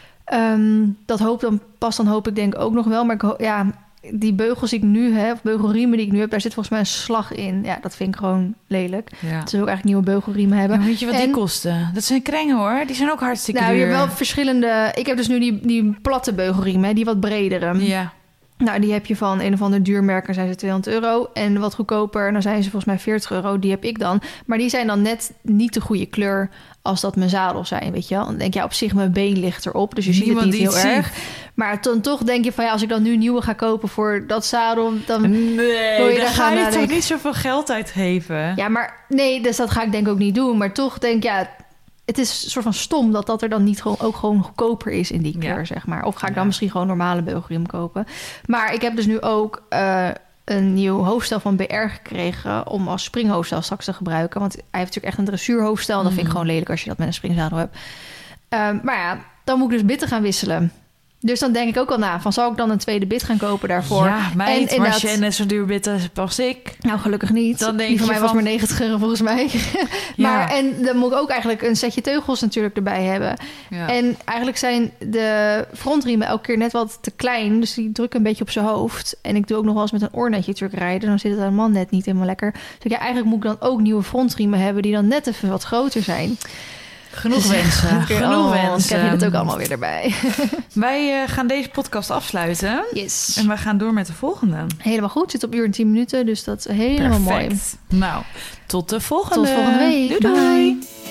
Um, dat hoop dan, pas dan hoop ik denk ook nog wel. Maar ik ho- ja, die beugels die ik nu heb... of beugelriemen die ik nu heb... daar zit volgens mij een slag in. Ja, dat vind ik gewoon lelijk. Ja. Dus ik wil ook eigenlijk nieuwe beugelriemen Ja, hebben. maar weet je wat En- die kosten? Dat zijn krengen, hoor. Die zijn ook hartstikke Nou, je duur. hebt wel verschillende... Ik heb dus nu die, die platte beugelriemen, hè, die wat bredere. Ja. Nou, die heb je van een of ander duurmerk, dan zijn ze tweehonderd euro. En wat goedkoper, dan zijn ze volgens mij veertig euro. Die heb ik dan. Maar die zijn dan net niet de goede kleur als dat mijn zadel zijn, weet je wel. Dan denk je, ja, op zich, mijn been ligt erop. Dus je ziet het Niemand niet die heel het erg. Maar dan toch denk je van, ja, als ik dan nu nieuwe ga kopen voor dat zadel... dan Nee, Wil je daar daar ga gaan je toch nadenken? niet zoveel geld uitgeven? Ja, maar nee, dus dat ga ik denk ik ook niet doen. Maar toch denk ik, ja, het is een soort van stom dat dat er dan niet gewoon, ook gewoon goedkoper is in die kleur, Ja. zeg maar. Of ga ik Ja. dan misschien gewoon normale beugelriem kopen. Maar ik heb dus nu ook uh, een nieuw hoofdstel van B R gekregen om als springhoofdstel straks te gebruiken. Want hij heeft natuurlijk echt een dressuurhoofdstel. En dat vind ik Mhm. gewoon lelijk als je dat met een springzadel hebt. Um, maar ja, dan moet ik dus bitten gaan wisselen. Dus dan denk ik ook al na, van zal ik dan een tweede bit gaan kopen daarvoor? Ja, meid, maar als inderdaad- jij net zo duur bent als- als ik... Nou, gelukkig niet. Dan denk Die van je mij was van- maar negentig euro volgens mij. maar, Ja. en dan moet ik ook eigenlijk een setje teugels natuurlijk erbij hebben. Ja. En eigenlijk zijn de frontriemen elke keer net wat te klein. Dus die drukken een beetje op zijn hoofd. En ik doe ook nog wel eens met een oornetje natuurlijk rijden. Dan zit het aan de man net niet helemaal lekker. Dus ik, ja, eigenlijk moet ik dan ook nieuwe frontriemen hebben... die dan net even wat groter zijn. Genoeg wensen. Oké, Genoeg oh, wensen. Dan krijg je het ook allemaal weer erbij. Wij uh, gaan deze podcast afsluiten. Yes. En we gaan door met de volgende. Helemaal goed. Zit op uur en tien minuten. Dus dat is helemaal mooi. Perfect. Nou, tot de volgende. Tot volgende week. Doei doei. Doei.